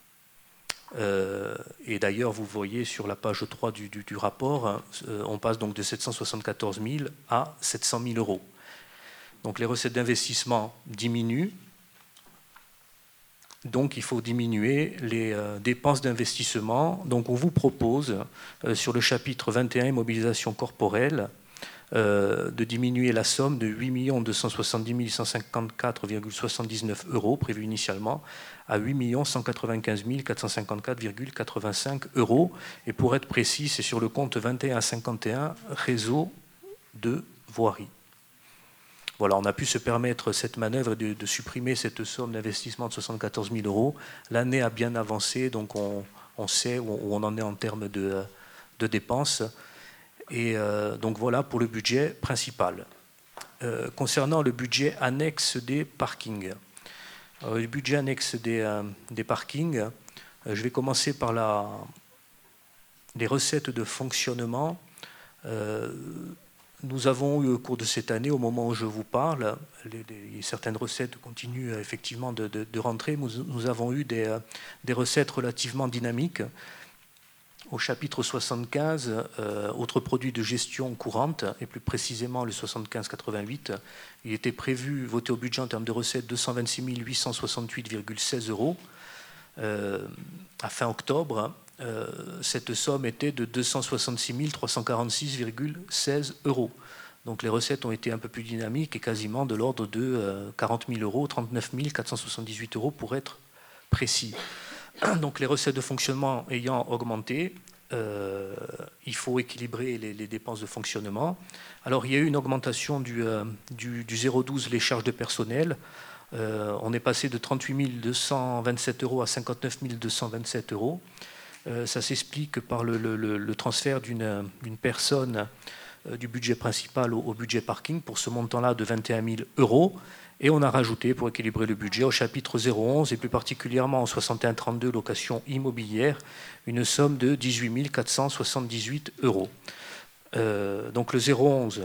Speaker 3: Euh, et d'ailleurs, vous voyez sur la page trois du, du, du rapport, euh, on passe donc de sept cent soixante-quatorze mille à sept cent mille euros. Donc les recettes d'investissement diminuent. Donc il faut diminuer les euh, dépenses d'investissement. Donc on vous propose, euh, sur le chapitre vingt et un, immobilisation corporelle, euh, de diminuer la somme de huit millions deux cent soixante-dix mille cent cinquante-quatre virgule soixante-dix-neuf euros prévue initialement à huit millions cent quatre-vingt-quinze mille quatre cent cinquante-quatre virgule quatre-vingt-cinq euros. Et pour être précis, c'est sur le compte vingt et un cinquante et un, réseau de voirie. Voilà, on a pu se permettre cette manœuvre de, de supprimer cette somme d'investissement de soixante-quatorze mille euros. L'année a bien avancé, donc on, on sait où on en est en termes de, de dépenses. Et euh, donc voilà pour le budget principal. Euh, concernant le budget annexe des parkings. Alors, le budget annexe des, euh, des parkings, euh, je vais commencer par la, les recettes de fonctionnement. Euh, Nous avons eu au cours de cette année, au moment où je vous parle, les, les, certaines recettes continuent effectivement de, de, de rentrer. Nous, nous avons eu des, des recettes relativement dynamiques. Au chapitre soixante-quinze, euh, autres produits de gestion courante, et plus précisément le soixante-quinze quatre-vingt-huit, il était prévu voter au budget en termes de recettes deux cent vingt-six mille huit cent soixante-huit virgule seize euros euh, à fin octobre. Euh, cette somme était de deux cent soixante-six mille trois cent quarante-six virgule seize euros. Donc les recettes ont été un peu plus dynamiques et quasiment de l'ordre de euh, quarante mille euros, trente-neuf mille quatre cent soixante-dix-huit euros pour être précis. Donc les recettes de fonctionnement ayant augmenté, euh, il faut équilibrer les, les dépenses de fonctionnement. Alors il y a eu une augmentation du, euh, du, du zéro douze, les charges de personnel. Euh, on est passé de trente-huit mille deux cent vingt-sept euros à cinquante-neuf mille deux cent vingt-sept euros. Euh, ça s'explique par le, le, le transfert d'une personne euh, du budget principal au, au budget parking pour ce montant-là de vingt et un mille euros. Et on a rajouté, pour équilibrer le budget, au chapitre zéro onze, et plus particulièrement en soixante et un trente-deux, location immobilière, une somme de dix-huit mille quatre cent soixante-dix-huit euros. Euh, donc le zéro onze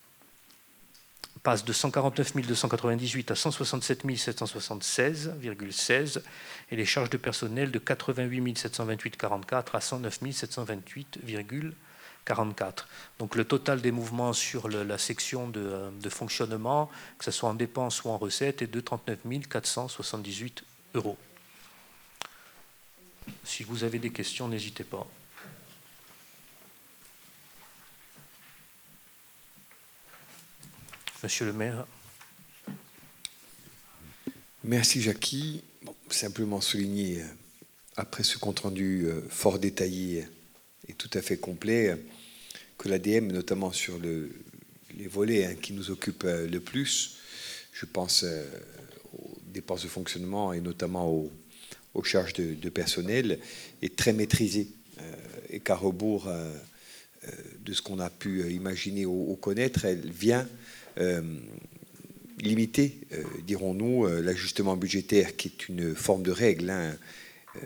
Speaker 3: passe de cent quarante-neuf mille deux cent quatre-vingt-dix-huit à cent soixante-sept mille sept cent soixante-seize virgule seize, et les charges de personnel de quatre-vingt-huit mille sept cent vingt-huit virgule quarante-quatre à cent neuf mille sept cent vingt-huit virgule quarante-quatre. Donc le total des mouvements sur le, la section de, de fonctionnement, que ce soit en dépenses ou en recettes, est de trente-neuf mille quatre cent soixante-dix-huit euros. Si vous avez des questions, n'hésitez pas. Monsieur le maire.
Speaker 1: Merci Jackie. Bon, simplement souligner, après ce compte-rendu fort détaillé et tout à fait complet, que l'A D M, notamment sur le, les volets hein, qui nous occupent le plus, je pense euh, aux dépenses de fonctionnement et notamment aux, aux charges de, de personnel, est très maîtrisée euh, et qu'à rebours euh, de ce qu'on a pu imaginer ou, ou connaître, elle vient euh, limiter, euh, dirons-nous, euh, l'ajustement budgétaire qui est une forme de règle hein, euh,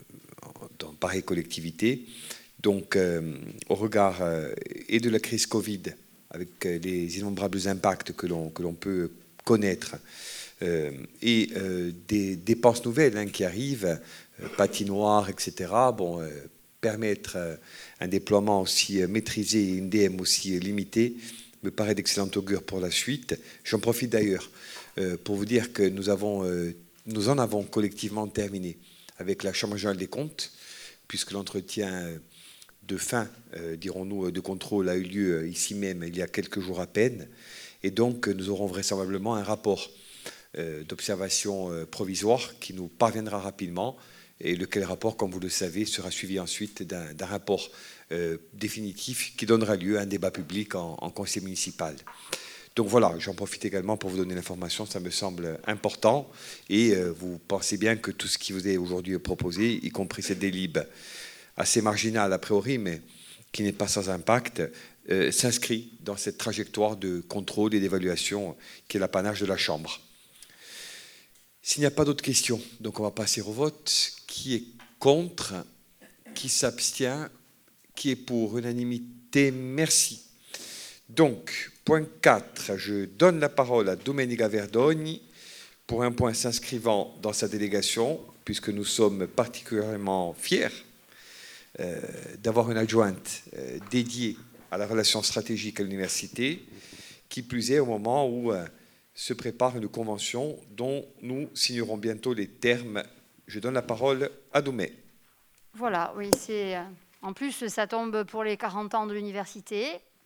Speaker 1: dans pareille collectivité. Donc, euh, au regard euh, et de la crise Covid, avec euh, les innombrables impacts que l'on que l'on peut connaître, euh, et euh, des dépenses nouvelles hein, qui arrivent, euh, patinoires, et cetera, bon, euh, permettre euh, un déploiement aussi euh, maîtrisé et une D M aussi limitée me paraît d'excellent augure pour la suite. J'en profite d'ailleurs euh, pour vous dire que nous, avons, euh, nous en avons collectivement terminé avec la Chambre générale des comptes, puisque l'entretien de fin, euh, dirons-nous, de contrôle a eu lieu ici même il y a quelques jours à peine. Et donc, nous aurons vraisemblablement un rapport euh, d'observation euh, provisoire qui nous parviendra rapidement et lequel rapport, comme vous le savez, sera suivi ensuite d'un, d'un rapport euh, définitif qui donnera lieu à un débat public en, en conseil municipal. Donc voilà, j'en profite également pour vous donner l'information, ça me semble important. Et euh, vous pensez bien que tout ce qui vous est aujourd'hui proposé, y compris cette délib assez marginal a priori, mais qui n'est pas sans impact, euh, s'inscrit dans cette trajectoire de contrôle et d'évaluation qui est l'apanage de la Chambre. S'il n'y a pas d'autres questions, donc on va passer au vote. Qui est contre? Qui s'abstient? Qui est pour? Unanimité? Merci. Donc, point quatre, je donne la parole à Domenica Verdogni pour un point s'inscrivant dans sa délégation, puisque nous sommes particulièrement fiers Euh, d'avoir une adjointe euh, dédiée à la relation stratégique à l'université, qui plus est au moment où euh, se prépare une convention dont nous signerons bientôt les termes. Je donne la parole à Doumé.
Speaker 5: Voilà, oui, c'est en plus ça tombe pour les quarante ans de l'université,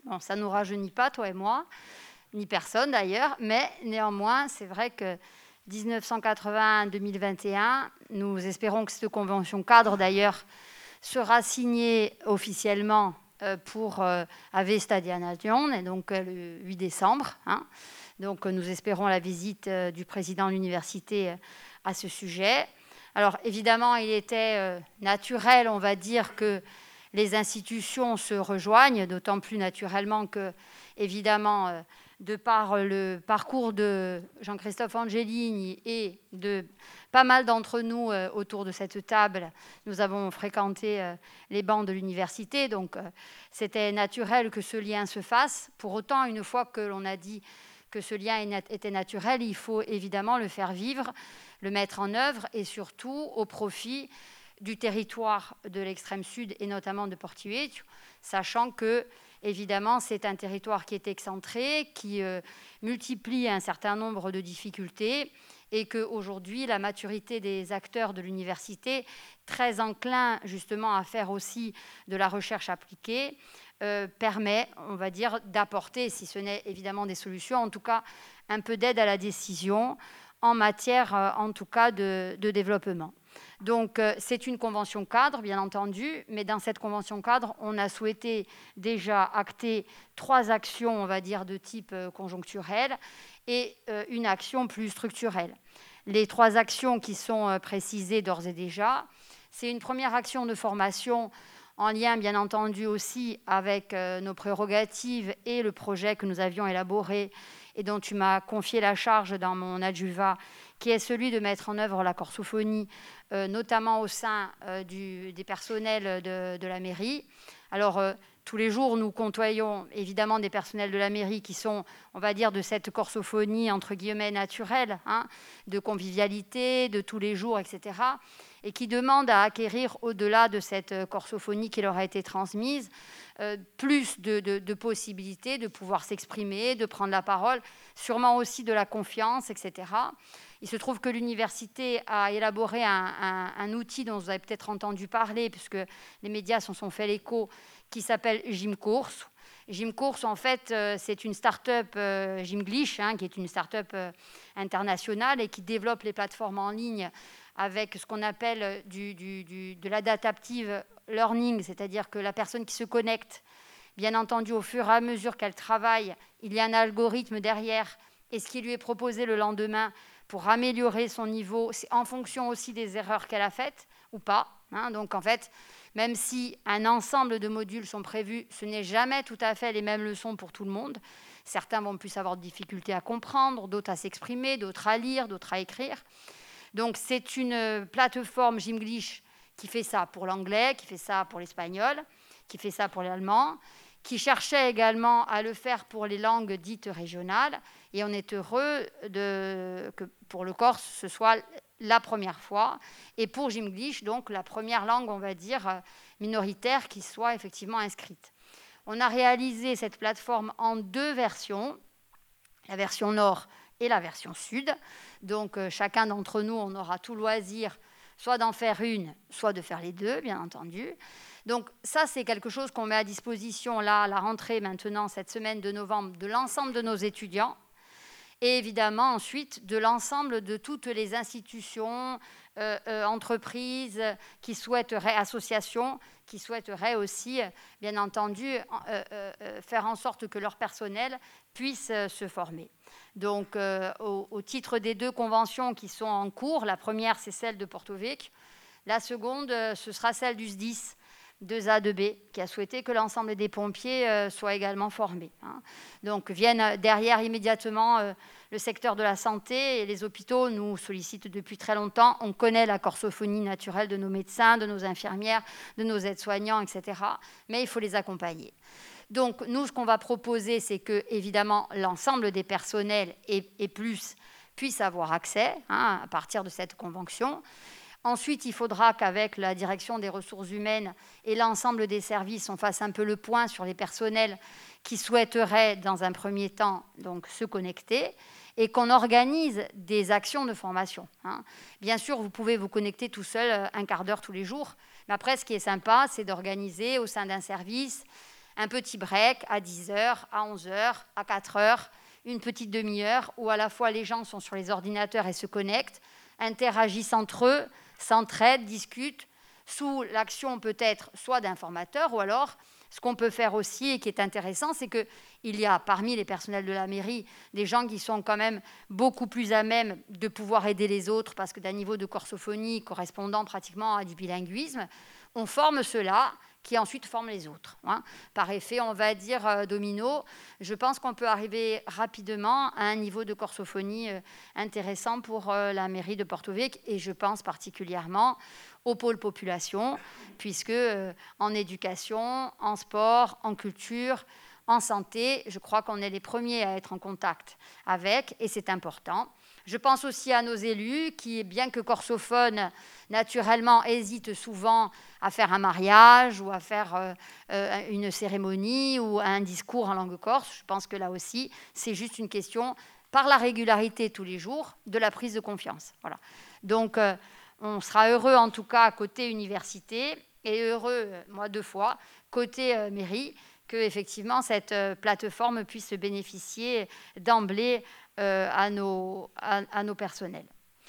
Speaker 5: Bon, ça ne nous rajeunit pas, toi et moi, ni personne d'ailleurs, mais néanmoins, c'est vrai que mille neuf cent quatre-vingt à deux mille vingt et un, nous espérons que cette convention cadre d'ailleurs sera signée officiellement euh, pour euh, Ave Stadia Nation, et donc euh, le huit décembre. Hein. Donc euh, nous espérons la visite euh, du président de l'université euh, à ce sujet. Alors évidemment, il était euh, naturel, on va dire, que les institutions se rejoignent, d'autant plus naturellement que, évidemment, euh, de par le parcours de Jean-Christophe Angelini et de pas mal d'entre nous euh, autour de cette table, nous avons fréquenté euh, les bancs de l'université, donc euh, c'était naturel que ce lien se fasse. Pour autant, une fois que l'on a dit que ce lien était naturel, il faut évidemment le faire vivre, le mettre en œuvre, et surtout au profit du territoire de l'extrême sud et notamment de Porto Vecchio, sachant que évidemment c'est un territoire qui est excentré, qui euh, multiplie un certain nombre de difficultés, et qu'aujourd'hui la maturité des acteurs de l'université, très enclins justement à faire aussi de la recherche appliquée, euh, permet, on va dire, d'apporter, si ce n'est évidemment des solutions, en tout cas un peu d'aide à la décision en matière euh, en tout cas de, de développement. Donc, euh, c'est une convention cadre, bien entendu, mais dans cette convention cadre, on a souhaité déjà acter trois actions, on va dire, de type euh, conjoncturel et euh, une action plus structurelle. Les trois actions qui sont euh, précisées d'ores et déjà, c'est une première action de formation en lien, bien entendu, aussi avec euh, nos prérogatives et le projet que nous avions élaboré et dont tu m'as confié la charge dans mon adjuvat, qui est celui de mettre en œuvre la corsophonie, euh, notamment au sein euh, du, des personnels de, de la mairie. Alors, euh, tous les jours, nous côtoyons évidemment des personnels de la mairie qui sont, on va dire, de cette corsophonie, entre guillemets, naturelle, hein, de convivialité, de tous les jours, et cetera, et qui demandent à acquérir, au-delà de cette corsophonie qui leur a été transmise, euh, plus de, de, de possibilités de pouvoir s'exprimer, de prendre la parole, sûrement aussi de la confiance, et cetera. Il se trouve que l'université a élaboré un, un, un outil dont vous avez peut-être entendu parler, puisque les médias s'en sont fait l'écho, qui s'appelle Gymcourse. Gymcourse, en fait, euh, c'est une start-up euh, Gymglish, hein, qui est une start-up euh, internationale et qui développe les plateformes en ligne avec ce qu'on appelle du, du, du, de l'adaptive learning, c'est-à-dire que la personne qui se connecte, bien entendu, au fur et à mesure qu'elle travaille, il y a un algorithme derrière, et ce qui lui est proposé le lendemain pour améliorer son niveau, c'est en fonction aussi des erreurs qu'elle a faites ou pas. Hein. Donc, en fait, même si un ensemble de modules sont prévus, ce n'est jamais tout à fait les mêmes leçons pour tout le monde. Certains vont plus avoir de difficultés à comprendre, d'autres à s'exprimer, d'autres à lire, d'autres à écrire. Donc, c'est une plateforme Gymglish qui fait ça pour l'anglais, qui fait ça pour l'espagnol, qui fait ça pour l'allemand, qui cherchait également à le faire pour les langues dites régionales. Et on est heureux de, que pour le Corse, ce soit la première fois. Et pour Gymglish, donc la première langue, on va dire, minoritaire qui soit effectivement inscrite. On a réalisé cette plateforme en deux versions, la version nord et la version sud. Donc, euh, chacun d'entre nous, on aura tout loisir, soit d'en faire une, soit de faire les deux, bien entendu. Donc, ça, c'est quelque chose qu'on met à disposition, là, à la rentrée, maintenant, cette semaine de novembre, de l'ensemble de nos étudiants. Et évidemment, ensuite, de l'ensemble de toutes les institutions, euh, euh, entreprises qui souhaiteraient, associations, qui souhaiteraient aussi, bien entendu, euh, euh, faire en sorte que leur personnel puisse euh, se former. Donc, euh, au, au titre des deux conventions qui sont en cours, la première, c'est celle de Porto Vecchio. La seconde, euh, ce sera celle du S D I S, deux A deux B, qui a souhaité que l'ensemble des pompiers euh, soient également formés. Hein. Donc, viennent derrière immédiatement euh, le secteur de la santé et les hôpitaux nous sollicitent depuis très longtemps. On connaît la corsophonie naturelle de nos médecins, de nos infirmières, de nos aides-soignants, et cetera. Mais il faut les accompagner. Donc, nous, ce qu'on va proposer, c'est que, évidemment, l'ensemble des personnels et, et plus puissent avoir accès, hein, à partir de cette convention. Ensuite, il faudra qu'avec la direction des ressources humaines et l'ensemble des services, on fasse un peu le point sur les personnels qui souhaiteraient, dans un premier temps, donc, se connecter et qu'on organise des actions de formation. Hein. Bien sûr, vous pouvez vous connecter tout seul un quart d'heure tous les jours, mais après, ce qui est sympa, c'est d'organiser au sein d'un service un petit break à dix heures, à onze heures, à quatre heures, une petite demi-heure où à la fois les gens sont sur les ordinateurs et se connectent, interagissent entre eux, s'entraident, discutent, sous l'action peut-être soit d'informateurs ou alors ce qu'on peut faire aussi et qui est intéressant, c'est qu'il y a parmi les personnels de la mairie des gens qui sont quand même beaucoup plus à même de pouvoir aider les autres parce que d'un niveau de corsophonie correspondant pratiquement à du bilinguisme, on forme ceux-là qui ensuite forment les autres. Hein. Par effet, on va dire euh, domino, je pense qu'on peut arriver rapidement à un niveau de corsophonie euh, intéressant pour euh, la mairie de Porto-Vecchio et je pense particulièrement au pôle population, puisque euh, en éducation, en sport, en culture, en santé, je crois qu'on est les premiers à être en contact avec, et c'est important. Je pense aussi à nos élus qui, bien que corsophones, naturellement hésitent souvent à faire un mariage ou à faire euh, euh, une cérémonie ou un discours en langue corse. Je pense que là aussi, c'est juste une question, par la régularité tous les jours, de la prise de confiance. Voilà. Donc, euh, on sera heureux en tout cas côté université et heureux, moi deux fois, côté euh, mairie, que effectivement cette euh, plateforme puisse bénéficier d'emblée euh, à, nos, à, à nos personnels.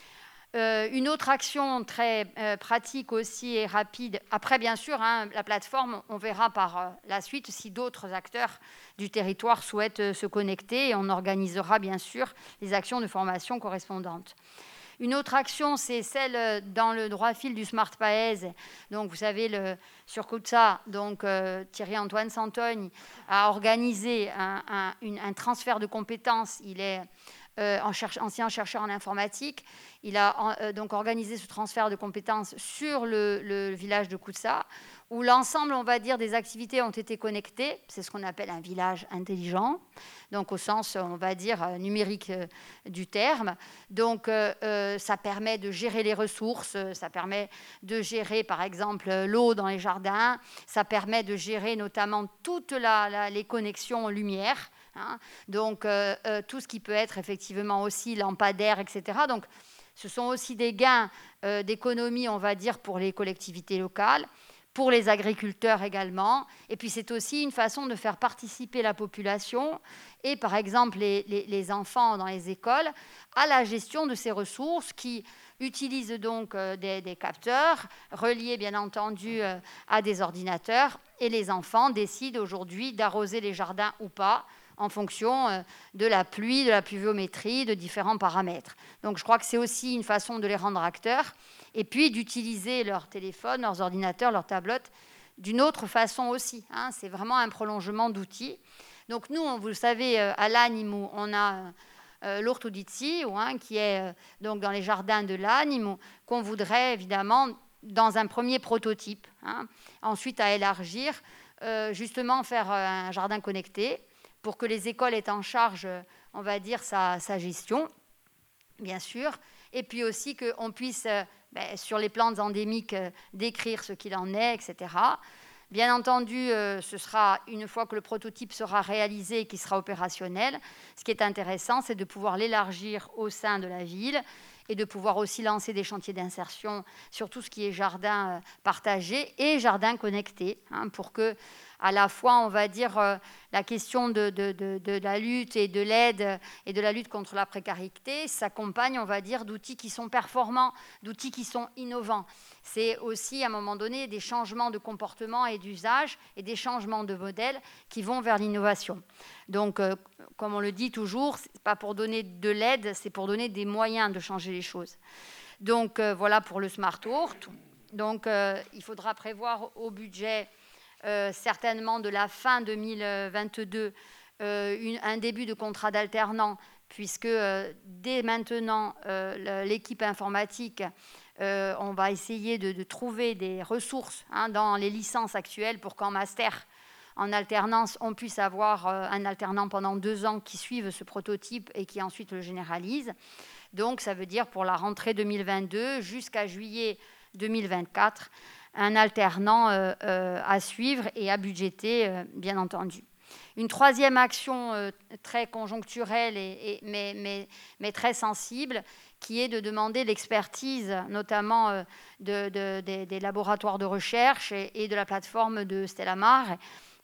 Speaker 5: Euh, une autre action très euh, pratique aussi et rapide, après bien sûr, hein, la plateforme, on verra par euh, la suite si d'autres acteurs du territoire souhaitent euh, se connecter et on organisera bien sûr les actions de formation correspondantes. Une autre action, c'est celle dans le droit fil du Smart Paese. Donc, vous savez, le, sur Kutsa, donc euh, Thierry-Antoine Santogne a organisé un, un, une, un transfert de compétences. Il est euh, en cherche, ancien chercheur en informatique. Il a euh, donc organisé ce transfert de compétences sur le, le village de Kutsa, où l'ensemble, on va dire, des activités ont été connectées. C'est ce qu'on appelle un village intelligent, donc au sens, on va dire, numérique euh, du terme. Donc, euh, euh, ça permet de gérer les ressources, ça permet de gérer, par exemple, l'eau dans les jardins, ça permet de gérer notamment toutes la, la, les connexions lumière, hein, donc euh, euh, tout ce qui peut être effectivement aussi lampadaire, et cetera. Donc, ce sont aussi des gains euh, d'économie, on va dire, pour les collectivités locales, pour les agriculteurs également. Et puis, c'est aussi une façon de faire participer la population et, par exemple, les, les, les enfants dans les écoles à la gestion de ces ressources qui utilisent donc euh, des, des capteurs reliés, bien entendu, euh, à des ordinateurs. Et les enfants décident aujourd'hui d'arroser les jardins ou pas en fonction euh, de la pluie, de la pluviométrie, de différents paramètres. Donc, je crois que c'est aussi une façon de les rendre acteurs et puis d'utiliser leur téléphone, leurs ordinateurs, leurs tablettes d'une autre façon aussi. Hein. C'est vraiment un prolongement d'outils. Donc nous, on, vous le savez, à l'Animo, on a euh, l'Ortodizio, hein, qui est euh, donc dans les jardins de l'Animo, qu'on voudrait évidemment, dans un premier prototype, hein, ensuite à élargir, euh, justement faire un jardin connecté pour que les écoles aient en charge, on va dire, sa, sa gestion, bien sûr, et puis aussi qu'on puisse... Euh, Ben, sur les plantes endémiques, euh, décrire ce qu'il en est, et cetera. Bien entendu, euh, ce sera une fois que le prototype sera réalisé et qu'il sera opérationnel. Ce qui est intéressant, c'est de pouvoir l'élargir au sein de la ville et de pouvoir aussi lancer des chantiers d'insertion sur tout ce qui est jardin euh, partagé et jardin connecté, hein, pour que, à la fois, on va dire, euh, la question de, de, de, de la lutte et de l'aide et de la lutte contre la précarité s'accompagne, on va dire, d'outils qui sont performants, d'outils qui sont innovants. C'est aussi, à un moment donné, des changements de comportement et d'usage et des changements de modèle qui vont vers l'innovation. Donc, euh, comme on le dit toujours, ce n'est pas pour donner de l'aide, c'est pour donner des moyens de changer les choses. Donc, euh, voilà pour le Smart Ort. Donc, euh, il faudra prévoir au budget... Euh, certainement de la fin deux mille vingt-deux, euh, une, un début de contrat d'alternant, puisque euh, dès maintenant, euh, l'équipe informatique, euh, on va essayer de, de trouver des ressources, hein, dans les licences actuelles pour qu'en master, en alternance, on puisse avoir euh, un alternant pendant deux ans qui suive ce prototype et qui ensuite le généralise. Donc, ça veut dire pour la rentrée deux mille vingt-deux jusqu'à juillet deux mille vingt-quatre, un alternant euh, euh, à suivre et à budgéter, euh, bien entendu. Une troisième action euh, très conjoncturelle, et, et, mais, mais, mais très sensible, qui est de demander l'expertise, notamment euh, de, de, de, des laboratoires de recherche et, et de la plateforme de Stella Mar,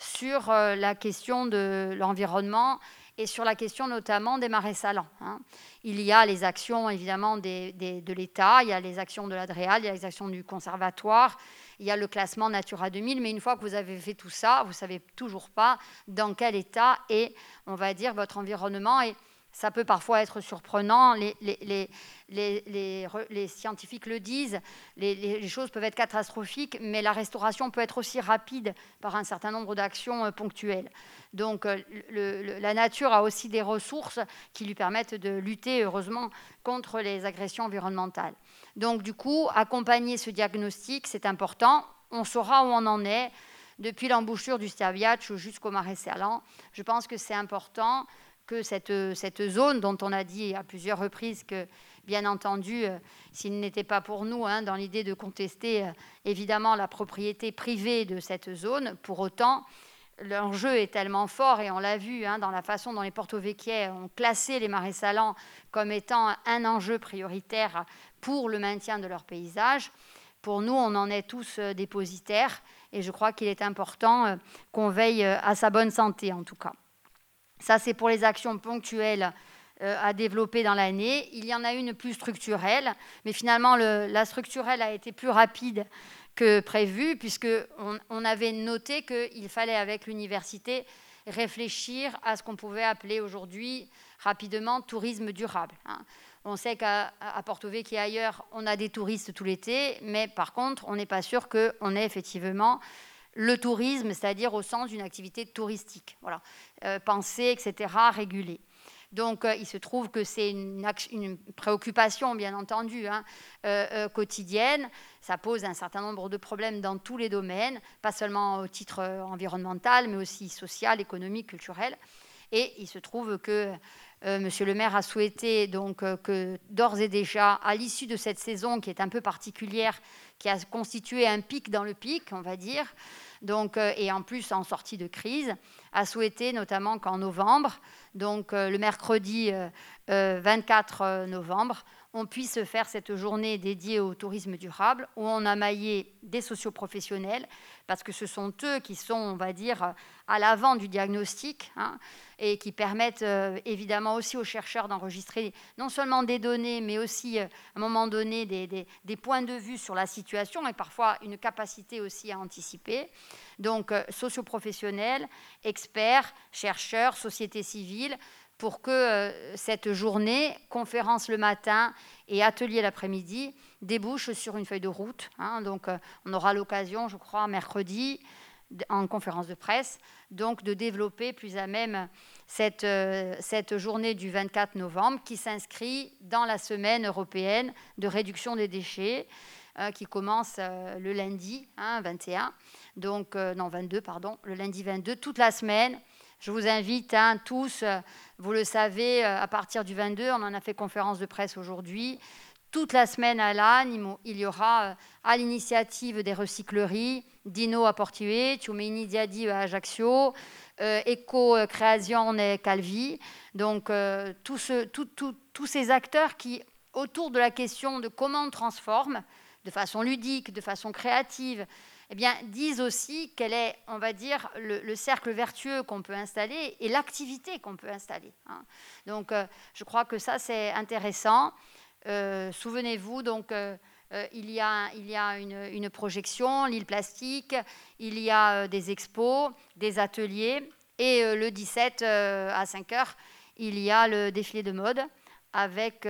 Speaker 5: sur euh, la question de l'environnement et sur la question notamment des marais salants. Hein. Il y a les actions évidemment des, des, de l'État, il y a les actions de l'Adréal, il y a les actions du conservatoire, il y a le classement Natura deux mille, mais une fois que vous avez fait tout ça, vous ne savez toujours pas dans quel état est, on va dire, votre environnement. Et ça peut parfois être surprenant, les, les, les, les, les, les scientifiques le disent, les, les choses peuvent être catastrophiques, mais la restauration peut être aussi rapide par un certain nombre d'actions ponctuelles. Donc le, le, la nature a aussi des ressources qui lui permettent de lutter, heureusement, contre les agressions environnementales. Donc du coup, accompagner ce diagnostic, c'est important. On saura où on en est, depuis l'embouchure du Stiaviac jusqu'au marais salant. Je pense que c'est important que cette, cette zone dont on a dit à plusieurs reprises que, bien entendu, euh, s'il n'était pas pour nous, hein, dans l'idée de contester euh, évidemment la propriété privée de cette zone, pour autant, l'enjeu est tellement fort, et on l'a vu hein, dans la façon dont les Porto-Vecchie ont classé les marais salants comme étant un enjeu prioritaire pour le maintien de leur paysage. Pour nous, on en est tous euh, dépositaires, et je crois qu'il est important euh, qu'on veille euh, à sa bonne santé, en tout cas. Ça, c'est pour les actions ponctuelles euh, à développer dans l'année. Il y en a une plus structurelle, mais finalement, le, la structurelle a été plus rapide que prévu, puisqu'on on avait noté qu'il fallait, avec l'université, réfléchir à ce qu'on pouvait appeler aujourd'hui rapidement tourisme durable. Hein. On sait qu'à à Porto-Vecchie et ailleurs, on a des touristes tout l'été, mais par contre, on n'est pas sûr qu'on ait effectivement le tourisme, c'est-à-dire au sens d'une activité touristique, voilà, euh, pensée, et cetera, régulée. Donc, euh, il se trouve que c'est une, une préoccupation, bien entendu, hein, euh, euh, quotidienne. Ça pose un certain nombre de problèmes dans tous les domaines, pas seulement au titre euh, environnemental, mais aussi social, économique, culturel. Et il se trouve que euh, Monsieur le maire a souhaité donc, euh, que d'ores et déjà, à l'issue de cette saison qui est un peu particulière, qui a constitué un pic dans le pic, on va dire, donc, euh, et en plus en sortie de crise, a souhaité notamment qu'en novembre, donc euh, le mercredi euh, euh, vingt-quatre novembre, on puisse faire cette journée dédiée au tourisme durable, où on a maillé des socioprofessionnels, parce que ce sont eux qui sont, on va dire, à l'avant du diagnostic, hein, et qui permettent euh, évidemment aussi aux chercheurs d'enregistrer non seulement des données, mais aussi, euh, à un moment donné, des, des, des points de vue sur la situation, et parfois une capacité aussi à anticiper. Donc, euh, socioprofessionnels, experts, chercheurs, société civile, pour que euh, cette journée, conférence le matin et atelier l'après-midi, débouche sur une feuille de route. Hein. Donc, euh, on aura l'occasion, je crois, mercredi, en conférence de presse, donc de développer plus à même cette, euh, cette journée du vingt-quatre novembre qui s'inscrit dans la semaine européenne de réduction des déchets, euh, qui commence euh, le lundi hein, vingt et un, donc, euh, non, vingt-deux, pardon, le lundi vingt-deux, toute la semaine. Je vous invite hein, tous, vous le savez, à partir du vingt-deux, on en a fait conférence de presse aujourd'hui, toute la semaine à Lannes, il y aura à l'initiative des recycleries, Dino à Portier, Ciumeni Diadi à Ajaccio, euh, Eco Creation et Calvi, donc euh, tous ce, tout, tout, tous ces acteurs qui, autour de la question de comment on transforme, de façon ludique, de façon créative, eh bien, disent aussi quel est, on va dire, le, le cercle vertueux qu'on peut installer et l'activité qu'on peut installer. Hein. Donc, euh, je crois que ça, c'est intéressant. Euh, souvenez-vous, donc, euh, euh, il y a, il y a une, une projection, l'île plastique, il y a euh, des expos, des ateliers, et euh, le dix-sept euh, à cinq heures, il y a le défilé de mode avec...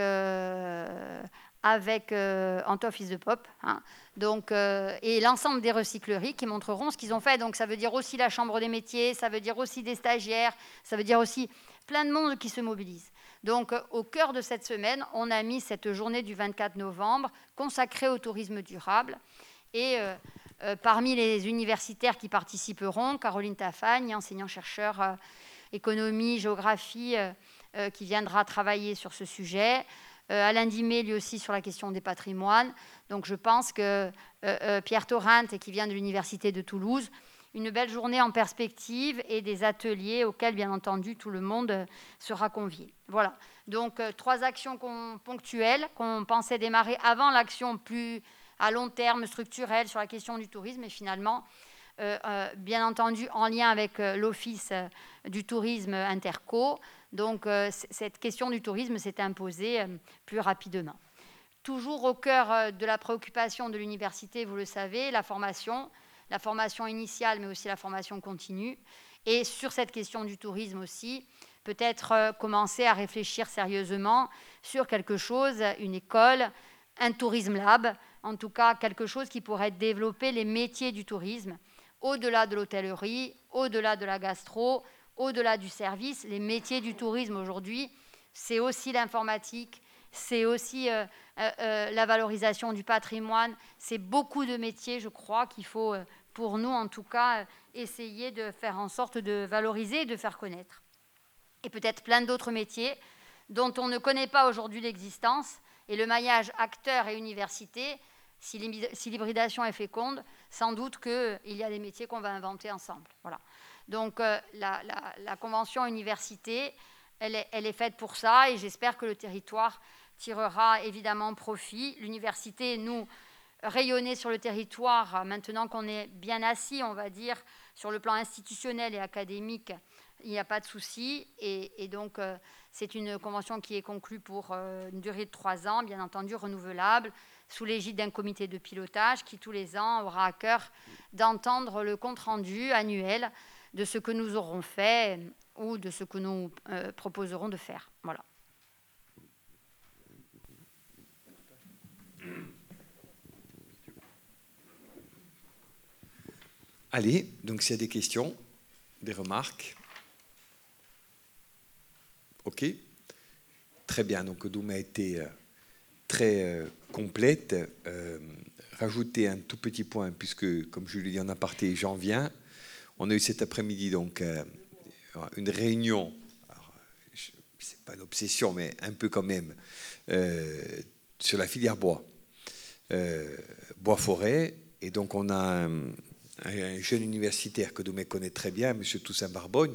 Speaker 5: Euh, avec euh, Anto Fils de Pop, hein. Donc, euh, et l'ensemble des recycleries qui montreront ce qu'ils ont fait. Donc ça veut dire aussi la Chambre des métiers, ça veut dire aussi des stagiaires, ça veut dire aussi plein de monde qui se mobilise. Donc euh, au cœur de cette semaine, on a mis cette journée du vingt-quatre novembre consacrée au tourisme durable. Et euh, euh, parmi les universitaires qui participeront, Caroline Tafagne, enseignant-chercheur euh, économie, géographie, euh, euh, qui viendra travailler sur ce sujet. Euh, Alain Dimé, lui aussi, sur la question des patrimoines. Donc, je pense que euh, euh, Pierre Torrente, qui vient de l'Université de Toulouse, une belle journée en perspective et des ateliers auxquels, bien entendu, tout le monde sera convié. Voilà. Donc, euh, trois actions qu'on, ponctuelles qu'on pensait démarrer avant l'action plus à long terme, structurelle, sur la question du tourisme. Et finalement, euh, euh, bien entendu en lien avec euh, l'Office euh, du tourisme interco. Donc euh, cette question du tourisme s'est imposée euh, plus rapidement. Toujours au cœur euh, de la préoccupation de l'université, vous le savez, la formation, la formation initiale, mais aussi la formation continue. Et sur cette question du tourisme aussi, peut-être euh, commencer à réfléchir sérieusement sur quelque chose, une école, un tourisme lab, en tout cas quelque chose qui pourrait développer les métiers du tourisme, au-delà de l'hôtellerie, au-delà de la gastro, au-delà du service. Les métiers du tourisme aujourd'hui, c'est aussi l'informatique, c'est aussi euh, euh, la valorisation du patrimoine, c'est beaucoup de métiers, je crois, qu'il faut, euh, pour nous en tout cas, euh, essayer de faire en sorte de valoriser et de faire connaître. Et peut-être plein d'autres métiers dont on ne connaît pas aujourd'hui l'existence. Et le maillage acteur et université, si l'hybridation est féconde, sans doute qu'il y a des métiers qu'on va inventer ensemble. Voilà. Donc euh, la, la, la convention université, elle est, elle est faite pour ça, et j'espère que le territoire tirera évidemment profit. L'université, nous, rayonner sur le territoire, maintenant qu'on est bien assis, on va dire, sur le plan institutionnel et académique, il n'y a pas de souci. Et, et donc, euh, c'est une convention qui est conclue pour euh, une durée de trois ans, bien entendu renouvelable, sous l'égide d'un comité de pilotage qui, tous les ans, aura à cœur d'entendre le compte-rendu annuel de ce que nous aurons fait ou de ce que nous euh, proposerons de faire. Voilà.
Speaker 1: Allez, donc s'il y a des questions, des remarques. OK. Très bien. Donc, Doum a été euh, très euh, complète. Euh, rajouter un tout petit point, puisque, comme je l'ai dit en aparté, j'en viens. On a eu cet après-midi donc euh, une réunion. C'est pas une obsession, mais un peu quand même euh, sur la filière bois, euh, bois-forêt. Et donc, on a un, un jeune universitaire que Doumé connaît très bien, M. Toussaint Barbogne,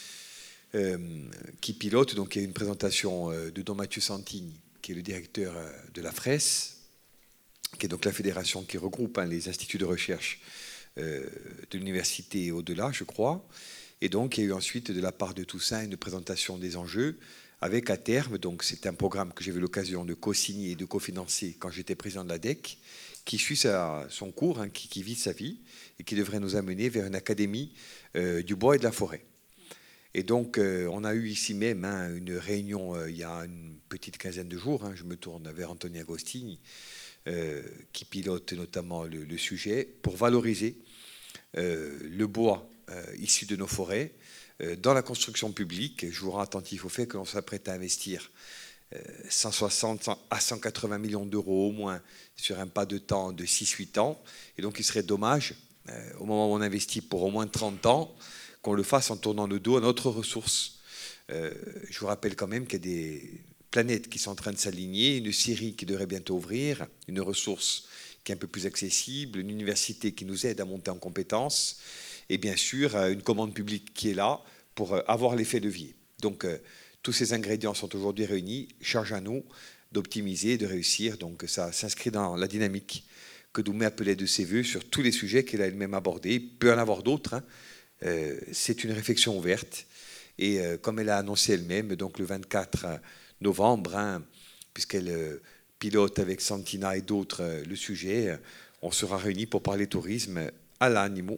Speaker 1: Euh, qui pilote. Donc il y a une présentation euh, de Don Mathieu Santini, qui est le directeur euh, de la F R E S, qui est donc la fédération qui regroupe hein, les instituts de recherche euh, de l'université et au-delà, je crois. Et donc il y a eu ensuite de la part de Toussaint une présentation des enjeux, avec à terme, donc c'est un programme que j'ai eu l'occasion de co-signer et de cofinancer quand j'étais président de l'A D E C, qui suit sa, son cours, hein, qui, qui vit sa vie, et qui devrait nous amener vers une académie euh, du bois et de la forêt. Et donc, euh, on a eu ici même hein, une réunion euh, il y a une petite quinzaine de jours. Hein, je me tourne vers Anthony Agostini, euh, qui pilote notamment le, le sujet, pour valoriser euh, le bois euh, issu de nos forêts euh, dans la construction publique. Je vous rends attentif au fait que l'on s'apprête à investir euh, cent soixante à cent quatre-vingts millions d'euros au moins sur un pas de temps de six à huit ans. Et donc, il serait dommage, euh, au moment où on investit pour au moins trente ans, qu'on le fasse en tournant le dos à notre ressource. Euh, je vous rappelle quand même qu'il y a des planètes qui sont en train de s'aligner, une Syrie qui devrait bientôt ouvrir, une ressource qui est un peu plus accessible, une université qui nous aide à monter en compétences, et bien sûr une commande publique qui est là pour avoir l'effet levier. Donc euh, tous ces ingrédients sont aujourd'hui réunis, charge à nous d'optimiser, de réussir. Donc ça s'inscrit dans la dynamique que Doumé appelait de ses voeux sur tous les sujets qu'elle a elle-même abordés. Il peut en avoir d'autres, hein. Euh, c'est une réflexion ouverte et euh, comme elle a annoncé elle-même, donc le vingt-quatre novembre, hein, puisqu'elle euh, pilote avec Santina et d'autres euh, le sujet, euh, on sera réunis pour parler tourisme à l'animaux.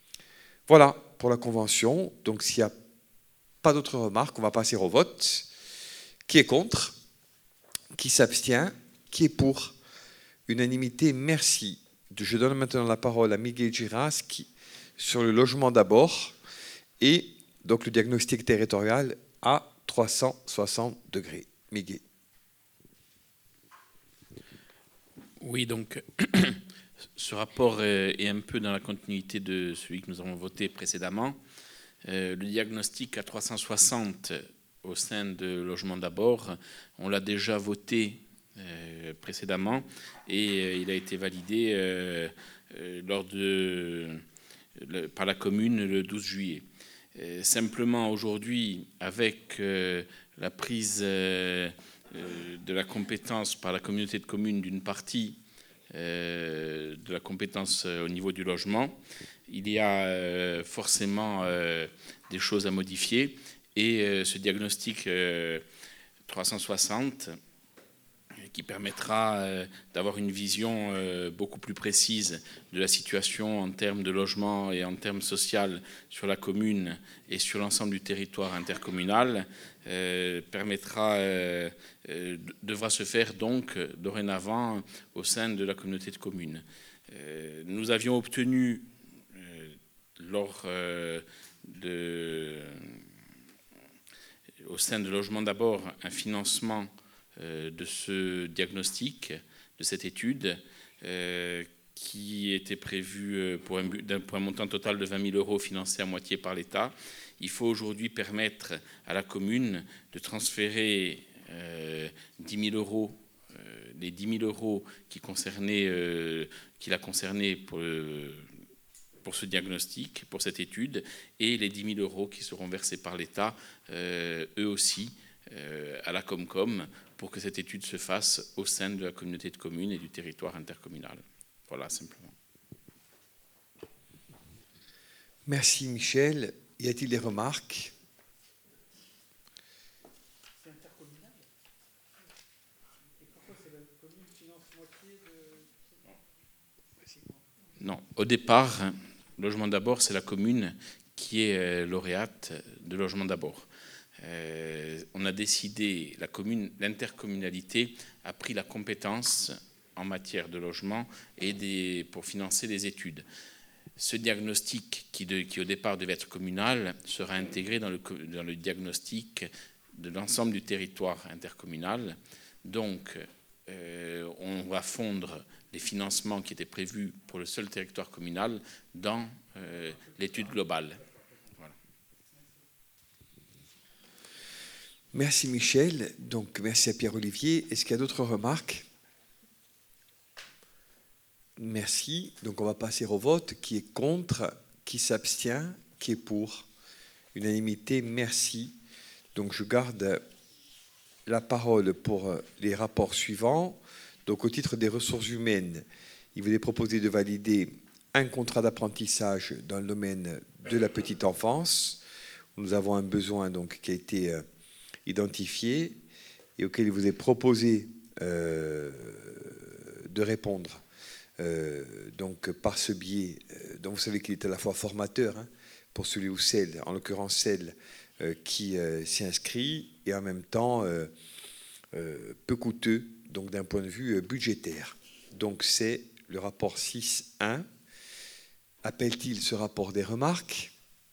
Speaker 1: Voilà pour la convention. Donc s'il n'y a pas d'autres remarques, on va passer au vote. Qui est contre? Qui s'abstient? Qui est pour? Unanimité, merci. Je donne maintenant la parole à Miguel Giras qui sur le logement d'abord, et donc le diagnostic territorial à trois cent soixante degrés. Miguel.
Speaker 4: Oui, donc ce rapport est un peu dans la continuité de celui que nous avons voté précédemment. Euh, le diagnostic à trois cent soixante au sein de logement d'abord, on l'a déjà voté euh, précédemment, et euh, il a été validé euh, euh, lors de... Le, par la commune le douze juillet. Euh, simplement aujourd'hui, avec euh, la prise euh, euh, de la compétence par la communauté de communes d'une partie euh, de la compétence au niveau du logement, il y a euh, forcément euh, des choses à modifier. Et euh, ce diagnostic euh, trois cent soixante, qui permettra euh, d'avoir une vision euh, beaucoup plus précise de la situation en termes de logement et en termes social sur la commune et sur l'ensemble du territoire intercommunal, euh, permettra, euh, euh, devra se faire donc dorénavant au sein de la communauté de communes. Euh, nous avions obtenu euh, lors euh, de, au sein de Logement d'abord un financement de ce diagnostic, de cette étude, euh, qui était prévue pour un, pour un montant total de vingt mille euros financé à moitié par l'État. Il faut aujourd'hui permettre à la commune de transférer euh, dix mille euros, euh, les dix mille euros qui, concernaient, euh, qui la concernaient pour, euh, pour ce diagnostic, pour cette étude, et les dix mille euros qui seront versés par l'État, euh, eux aussi, euh, à la Comcom, pour que cette étude se fasse au sein de la communauté de communes et du territoire intercommunal. Voilà, simplement.
Speaker 1: Merci Michel. Y a-t-il des remarques?
Speaker 6: C'est intercommunal. Et pourquoi c'est la commune qui finance moitié de...
Speaker 4: Non, au départ, Logement d'abord, c'est la commune qui est lauréate de Logement d'abord. Euh, on a décidé, la commune, l'intercommunalité a pris la compétence en matière de logement et des, pour financer des études. Ce diagnostic, qui, de, qui au départ devait être communal, sera intégré dans le, dans le diagnostic de l'ensemble du territoire intercommunal. Donc, euh, on va fondre les financements qui étaient prévus pour le seul territoire communal dans euh, l'étude globale.
Speaker 1: Merci Michel. Donc, merci à Pierre-Olivier. Est-ce qu'il y a d'autres remarques? Merci. Donc, on va passer au vote. Qui est contre? Qui s'abstient? Qui est pour? Unanimité, merci. Donc, je garde la parole pour les rapports suivants. Donc, au titre des ressources humaines, il vous est proposé de valider un contrat d'apprentissage dans le domaine de la petite enfance. Nous avons un besoin donc, qui a été identifié et auquel il vous est proposé euh, de répondre euh, donc par ce biais. Euh, donc vous savez qu'il est à la fois formateur hein, pour celui ou celle, en l'occurrence celle euh, qui euh, s'y inscrit, et en même temps euh, euh, peu coûteux donc d'un point de vue euh, budgétaire. Donc c'est le rapport six point un. Appelle-t-il ce rapport des remarques?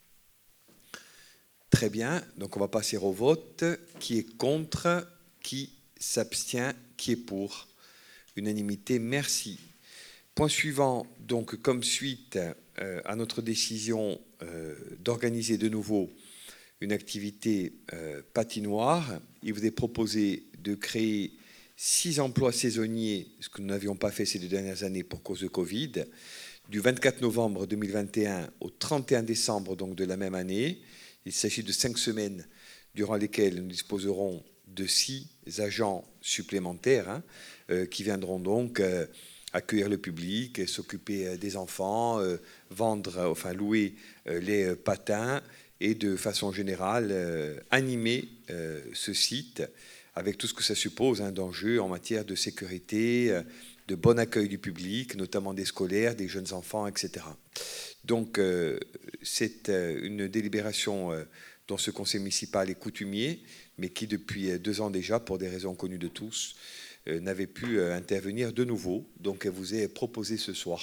Speaker 1: Très bien, donc on va passer au vote. Qui est contre? Qui s'abstient? Qui est pour? Unanimité, merci. Point suivant, donc comme suite euh, à notre décision euh, d'organiser de nouveau une activité euh, patinoire, il vous est proposé de créer six emplois saisonniers, ce que nous n'avions pas fait ces deux dernières années pour cause de Covid, du vingt-quatre novembre deux mille vingt et un au trente et un décembre donc de la même année. Il s'agit de cinq semaines durant lesquelles nous disposerons de six agents supplémentaires hein, euh, qui viendront donc euh, accueillir le public, s'occuper des enfants, euh, vendre, enfin louer euh, les patins et de façon générale euh, animer euh, ce site avec tout ce que ça suppose hein, d'enjeux en matière de sécurité, euh, de bon accueil du public, notamment des scolaires, des jeunes enfants, et cetera. Donc, euh, c'est euh, une délibération euh, dont ce conseil municipal est coutumier, mais qui, depuis deux ans déjà, pour des raisons connues de tous, euh, n'avait pu euh, intervenir de nouveau. Donc, elle vous est proposée ce soir.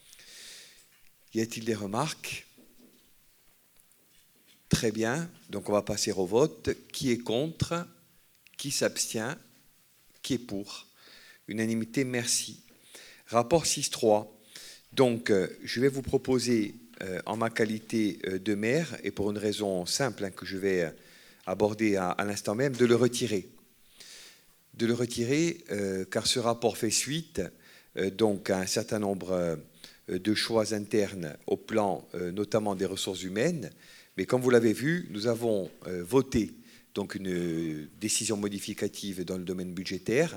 Speaker 1: Y a-t-il des remarques? Très bien. Donc, on va passer au vote. Qui est contre? Qui s'abstient? Qui est pour? Unanimité, merci. Rapport six point trois. Donc, euh, je vais vous proposer, euh, en ma qualité euh, de maire, et pour une raison simple hein, que je vais euh, aborder à, à l'instant même, de le retirer. De le retirer, euh, car ce rapport fait suite euh, donc, à un certain nombre euh, de choix internes au plan euh, notamment des ressources humaines. Mais comme vous l'avez vu, nous avons euh, voté donc, une décision modificative dans le domaine budgétaire,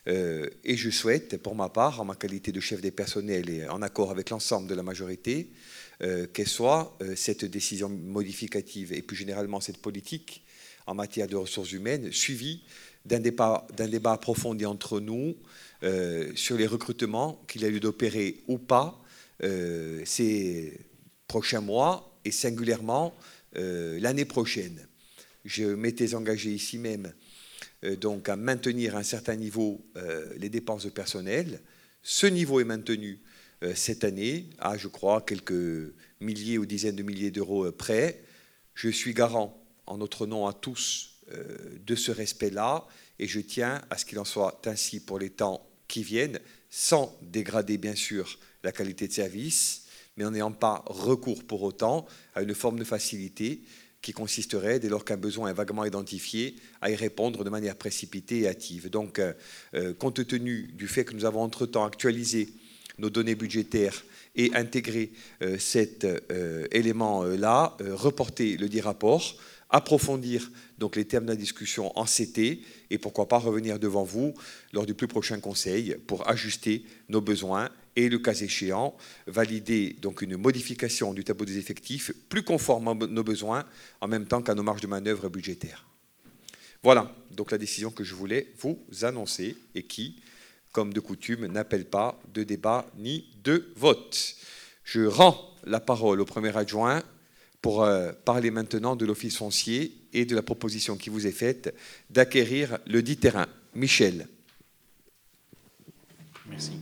Speaker 1: Euh, et je souhaite, pour ma part, en ma qualité de chef des personnels et en accord avec l'ensemble de la majorité, euh, qu'elle soit, euh, cette décision modificative et plus généralement cette politique en matière de ressources humaines, suivie d'un débat, d'un débat approfondi entre nous euh, sur les recrutements qu'il a eu d'opérer ou pas euh, ces prochains mois et singulièrement euh, l'année prochaine. Je m'étais engagé ici même euh, donc à maintenir à un certain niveau euh, les dépenses de personnel. Ce niveau est maintenu euh, cette année à, je crois, quelques milliers ou dizaines de milliers d'euros euh, près. Je suis garant en notre nom à tous euh, de ce respect-là et je tiens à ce qu'il en soit ainsi pour les temps qui viennent, sans dégrader bien sûr la qualité de service, mais en n'ayant pas recours pour autant à une forme de facilité qui consisterait, dès lors qu'un besoin est vaguement identifié, à y répondre de manière précipitée et hâtive. Donc, euh, compte tenu du fait que nous avons entre-temps actualisé nos données budgétaires et intégré euh, cet euh, élément-là, euh, reporter le dit rapport, approfondir donc les termes de la discussion en C T et pourquoi pas revenir devant vous lors du plus prochain conseil pour ajuster nos besoins et, le cas échéant, valider donc une modification du tableau des effectifs plus conforme à nos besoins en même temps qu'à nos marges de manœuvre budgétaires. Voilà donc la décision que je voulais vous annoncer et qui, comme de coutume, n'appelle pas de débat ni de vote. Je rends la parole au premier adjoint pour euh, parler maintenant de l'office foncier et de la proposition qui vous est faite d'acquérir le dit terrain. Michel.
Speaker 4: Merci.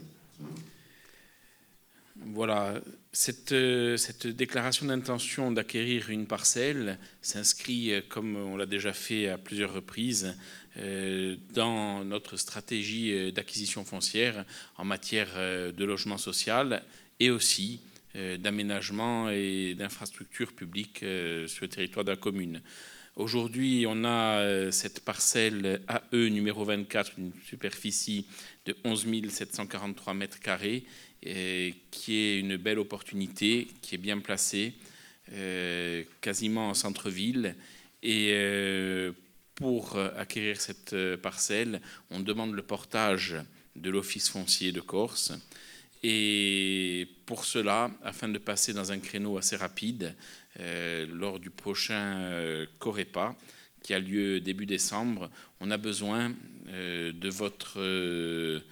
Speaker 4: Voilà, cette, cette déclaration d'intention d'acquérir une parcelle s'inscrit, comme on l'a déjà fait à plusieurs reprises, dans notre stratégie d'acquisition foncière en matière de logement social et aussi d'aménagement et d'infrastructures publiques sur le territoire de la commune. Aujourd'hui, on a cette parcelle A E numéro vingt-quatre, une superficie de onze mille sept cent quarante-trois mètres carrés, qui est une belle opportunité, qui est bien placée, euh, quasiment en centre-ville. Et euh, pour acquérir cette parcelle, on demande le portage de l'Office foncier de Corse. Et pour cela, afin de passer dans un créneau assez rapide, euh, lors du prochain euh, Corepa, qui a lieu début décembre, on a besoin euh, de votre... Euh,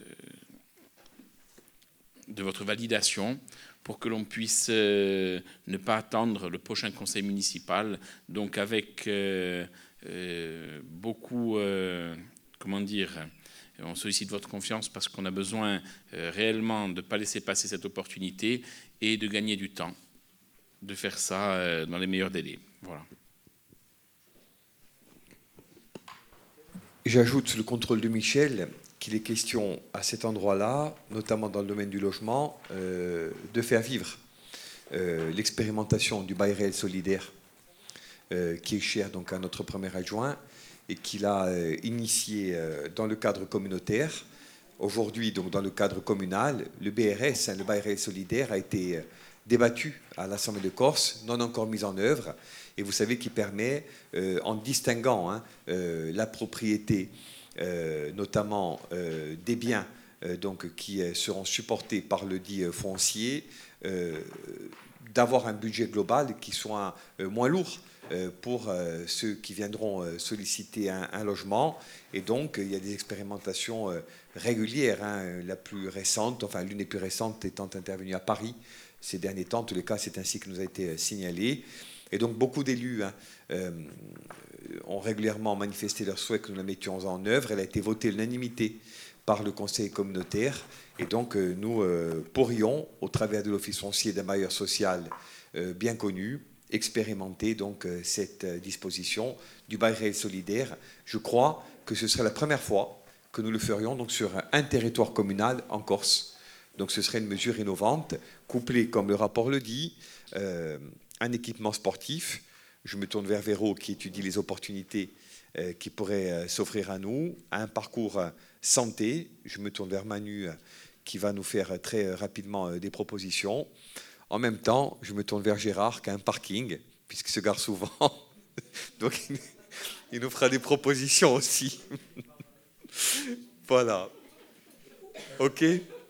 Speaker 4: de votre validation pour que l'on puisse euh, ne pas attendre le prochain conseil municipal. Donc avec euh, euh, beaucoup, euh, comment dire, on sollicite votre confiance parce qu'on a besoin euh, réellement de ne pas laisser passer cette opportunité et de gagner du temps, de faire ça euh, dans les meilleurs délais. Voilà.
Speaker 1: J'ajoute le contrôle de Michel qu'il est question à cet endroit-là, notamment dans le domaine du logement, euh, de faire vivre euh, l'expérimentation du bail réel solidaire euh, qui est cher donc à notre premier adjoint et qu'il a euh, initié euh, dans le cadre communautaire. Aujourd'hui, donc dans le cadre communal, le B R S, hein, le bail réel solidaire, a été euh, débattu à l'Assemblée de Corse, non encore mis en œuvre, et vous savez qu'il permet, euh, en distinguant hein, euh, la propriété, Euh, notamment euh, des biens euh, donc, qui euh, seront supportés par le dit euh, foncier, euh, d'avoir un budget global qui soit euh, moins lourd euh, pour euh, ceux qui viendront euh, solliciter un, un logement. Et donc, euh, il y a des expérimentations euh, régulières. Hein, la plus récente, enfin l'une des plus récentes étant intervenue à Paris ces derniers temps. En tous les cas, c'est ainsi que nous a été signalé. Et donc, beaucoup d'élus hein, euh, ont régulièrement manifesté leur souhait que nous la mettions en œuvre. Elle a été votée à l'unanimité par le conseil communautaire. Et donc, euh, nous euh, pourrions, au travers de l'office foncier d'un bailleur social euh, bien connu, expérimenter donc euh, cette euh, disposition du bail réel solidaire. Je crois que ce serait la première fois que nous le ferions donc, sur un territoire communal en Corse. Donc, ce serait une mesure innovante, couplée, comme le rapport le dit, euh, un équipement sportif. Je me tourne vers Véro qui étudie les opportunités euh, qui pourraient euh, s'offrir à nous, un parcours euh, santé. Je me tourne vers Manu euh, qui va nous faire euh, très rapidement euh, des propositions. En même temps, je me tourne vers Gérard qui a un parking, puisqu'il se gare souvent. Donc il nous fera des propositions aussi. Voilà. OK?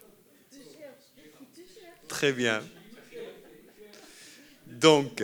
Speaker 1: Très bien. Donc,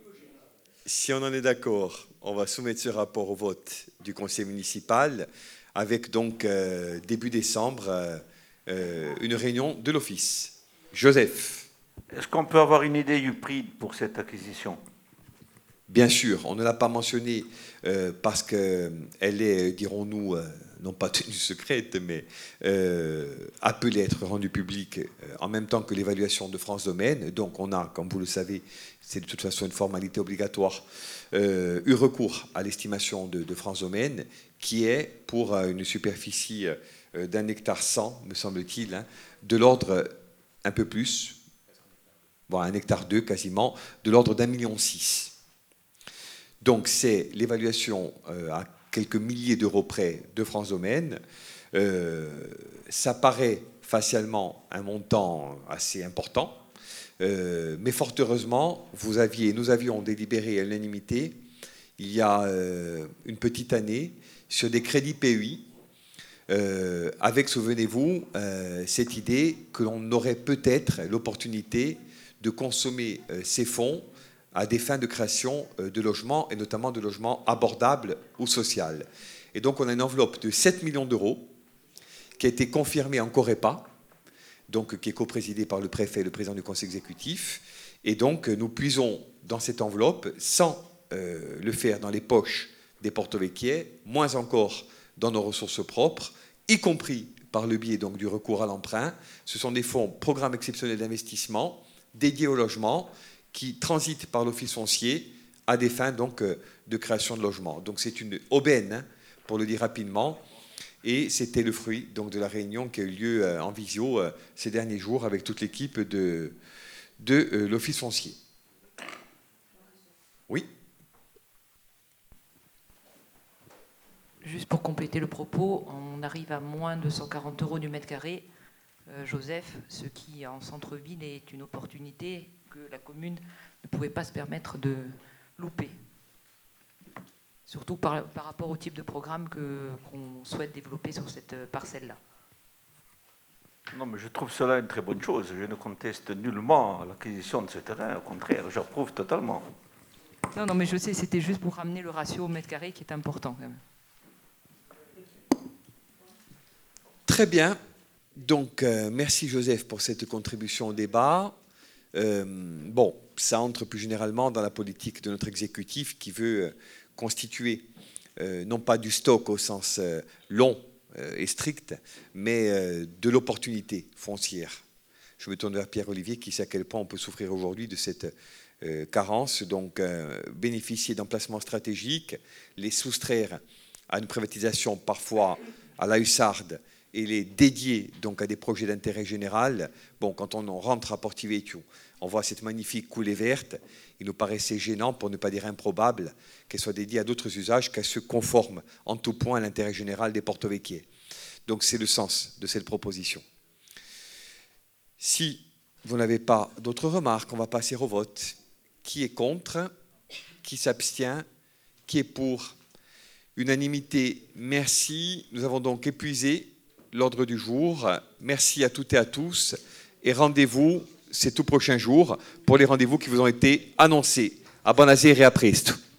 Speaker 1: si on en est d'accord, on va soumettre ce rapport au vote du conseil municipal avec donc euh, début décembre euh, euh, une réunion de l'office. Joseph.
Speaker 7: Est-ce qu'on peut avoir une idée du prix pour cette acquisition?
Speaker 1: Bien sûr, on ne l'a pas mentionné euh, parce qu'elle est, dirons-nous, euh, non pas tenue secrète, mais euh, appelée à être rendue publique euh, en même temps que l'évaluation de France Domaine. Donc on a, comme vous le savez, c'est de toute façon une formalité obligatoire, euh, eu recours à l'estimation de, de France Domaine, qui est pour euh, une superficie euh, d'un hectare cent, me semble-t-il, hein, de l'ordre un peu plus, bon, un hectare deux quasiment, de l'ordre d'un million six. Donc c'est l'évaluation euh, à quelques milliers d'euros près de France Domaine. Euh, ça paraît facialement un montant assez important, euh, mais fort heureusement, vous aviez, nous avions délibéré à l'unanimité il y a euh, une petite année sur des crédits P E I, euh, avec, souvenez-vous, euh, cette idée que l'on aurait peut-être l'opportunité de consommer euh, ces fonds à des fins de création de logements, et notamment de logements abordables ou sociaux. Et donc on a une enveloppe de sept millions d'euros qui a été confirmée en Corepa, donc qui est coprésidée par le préfet et le président du conseil exécutif. Et donc nous puisons dans cette enveloppe, sans euh, le faire dans les poches des Porto-Vecchie, moins encore dans nos ressources propres, y compris par le biais donc, du recours à l'emprunt. Ce sont des fonds programmes exceptionnels d'investissement dédiés au logement, qui transitent par l'office foncier à des fins donc, de création de logements. Donc c'est une aubaine, hein, pour le dire rapidement, et c'était le fruit donc, de la réunion qui a eu lieu en visio euh, ces derniers jours avec toute l'équipe de, de euh, l'office foncier. Oui.
Speaker 2: Juste pour compléter le propos, on arrive à moins de cent quarante euros du mètre carré, euh, Joseph, ce qui en centre-ville est une opportunité que la commune ne pouvait pas se permettre de louper. Surtout par, par rapport au type de programme que, qu'on souhaite développer sur cette parcelle-là.
Speaker 7: Non, mais je trouve cela une très bonne chose. Je ne conteste nullement l'acquisition de ce terrain. Au contraire, j'approuve totalement.
Speaker 2: Non, non, mais je sais, c'était juste pour ramener le ratio au mètre carré qui est important quand même.
Speaker 1: Très bien. Donc, euh, merci Joseph pour cette contribution au débat. Euh, bon, ça entre plus généralement dans la politique de notre exécutif qui veut euh, constituer euh, non pas du stock au sens euh, long euh, et strict, mais euh, de l'opportunité foncière. Je me tourne vers Pierre-Olivier qui sait à quel point on peut souffrir aujourd'hui de cette euh, carence, donc euh, bénéficier d'emplacements stratégiques, les soustraire à une privatisation parfois à la hussarde, et les dédier donc à des projets d'intérêt général. Bon, quand on rentre à Porto-Vecchio, on voit cette magnifique coulée verte. Il nous paraissait gênant, pour ne pas dire improbable, qu'elle soit dédiée à d'autres usages qu'elle se conforme en tout point à l'intérêt général des Porto-Vecchie. Donc c'est le sens de cette proposition. Si vous n'avez pas d'autres remarques, on va passer au vote. Qui est contre? Qui s'abstient? Qui est pour? Unanimité, merci. Nous avons donc épuisé l'ordre du jour. Merci à toutes et à tous. Et rendez-vous ces tout prochains jours pour les rendez-vous qui vous ont été annoncés. A Buonasera et à presto.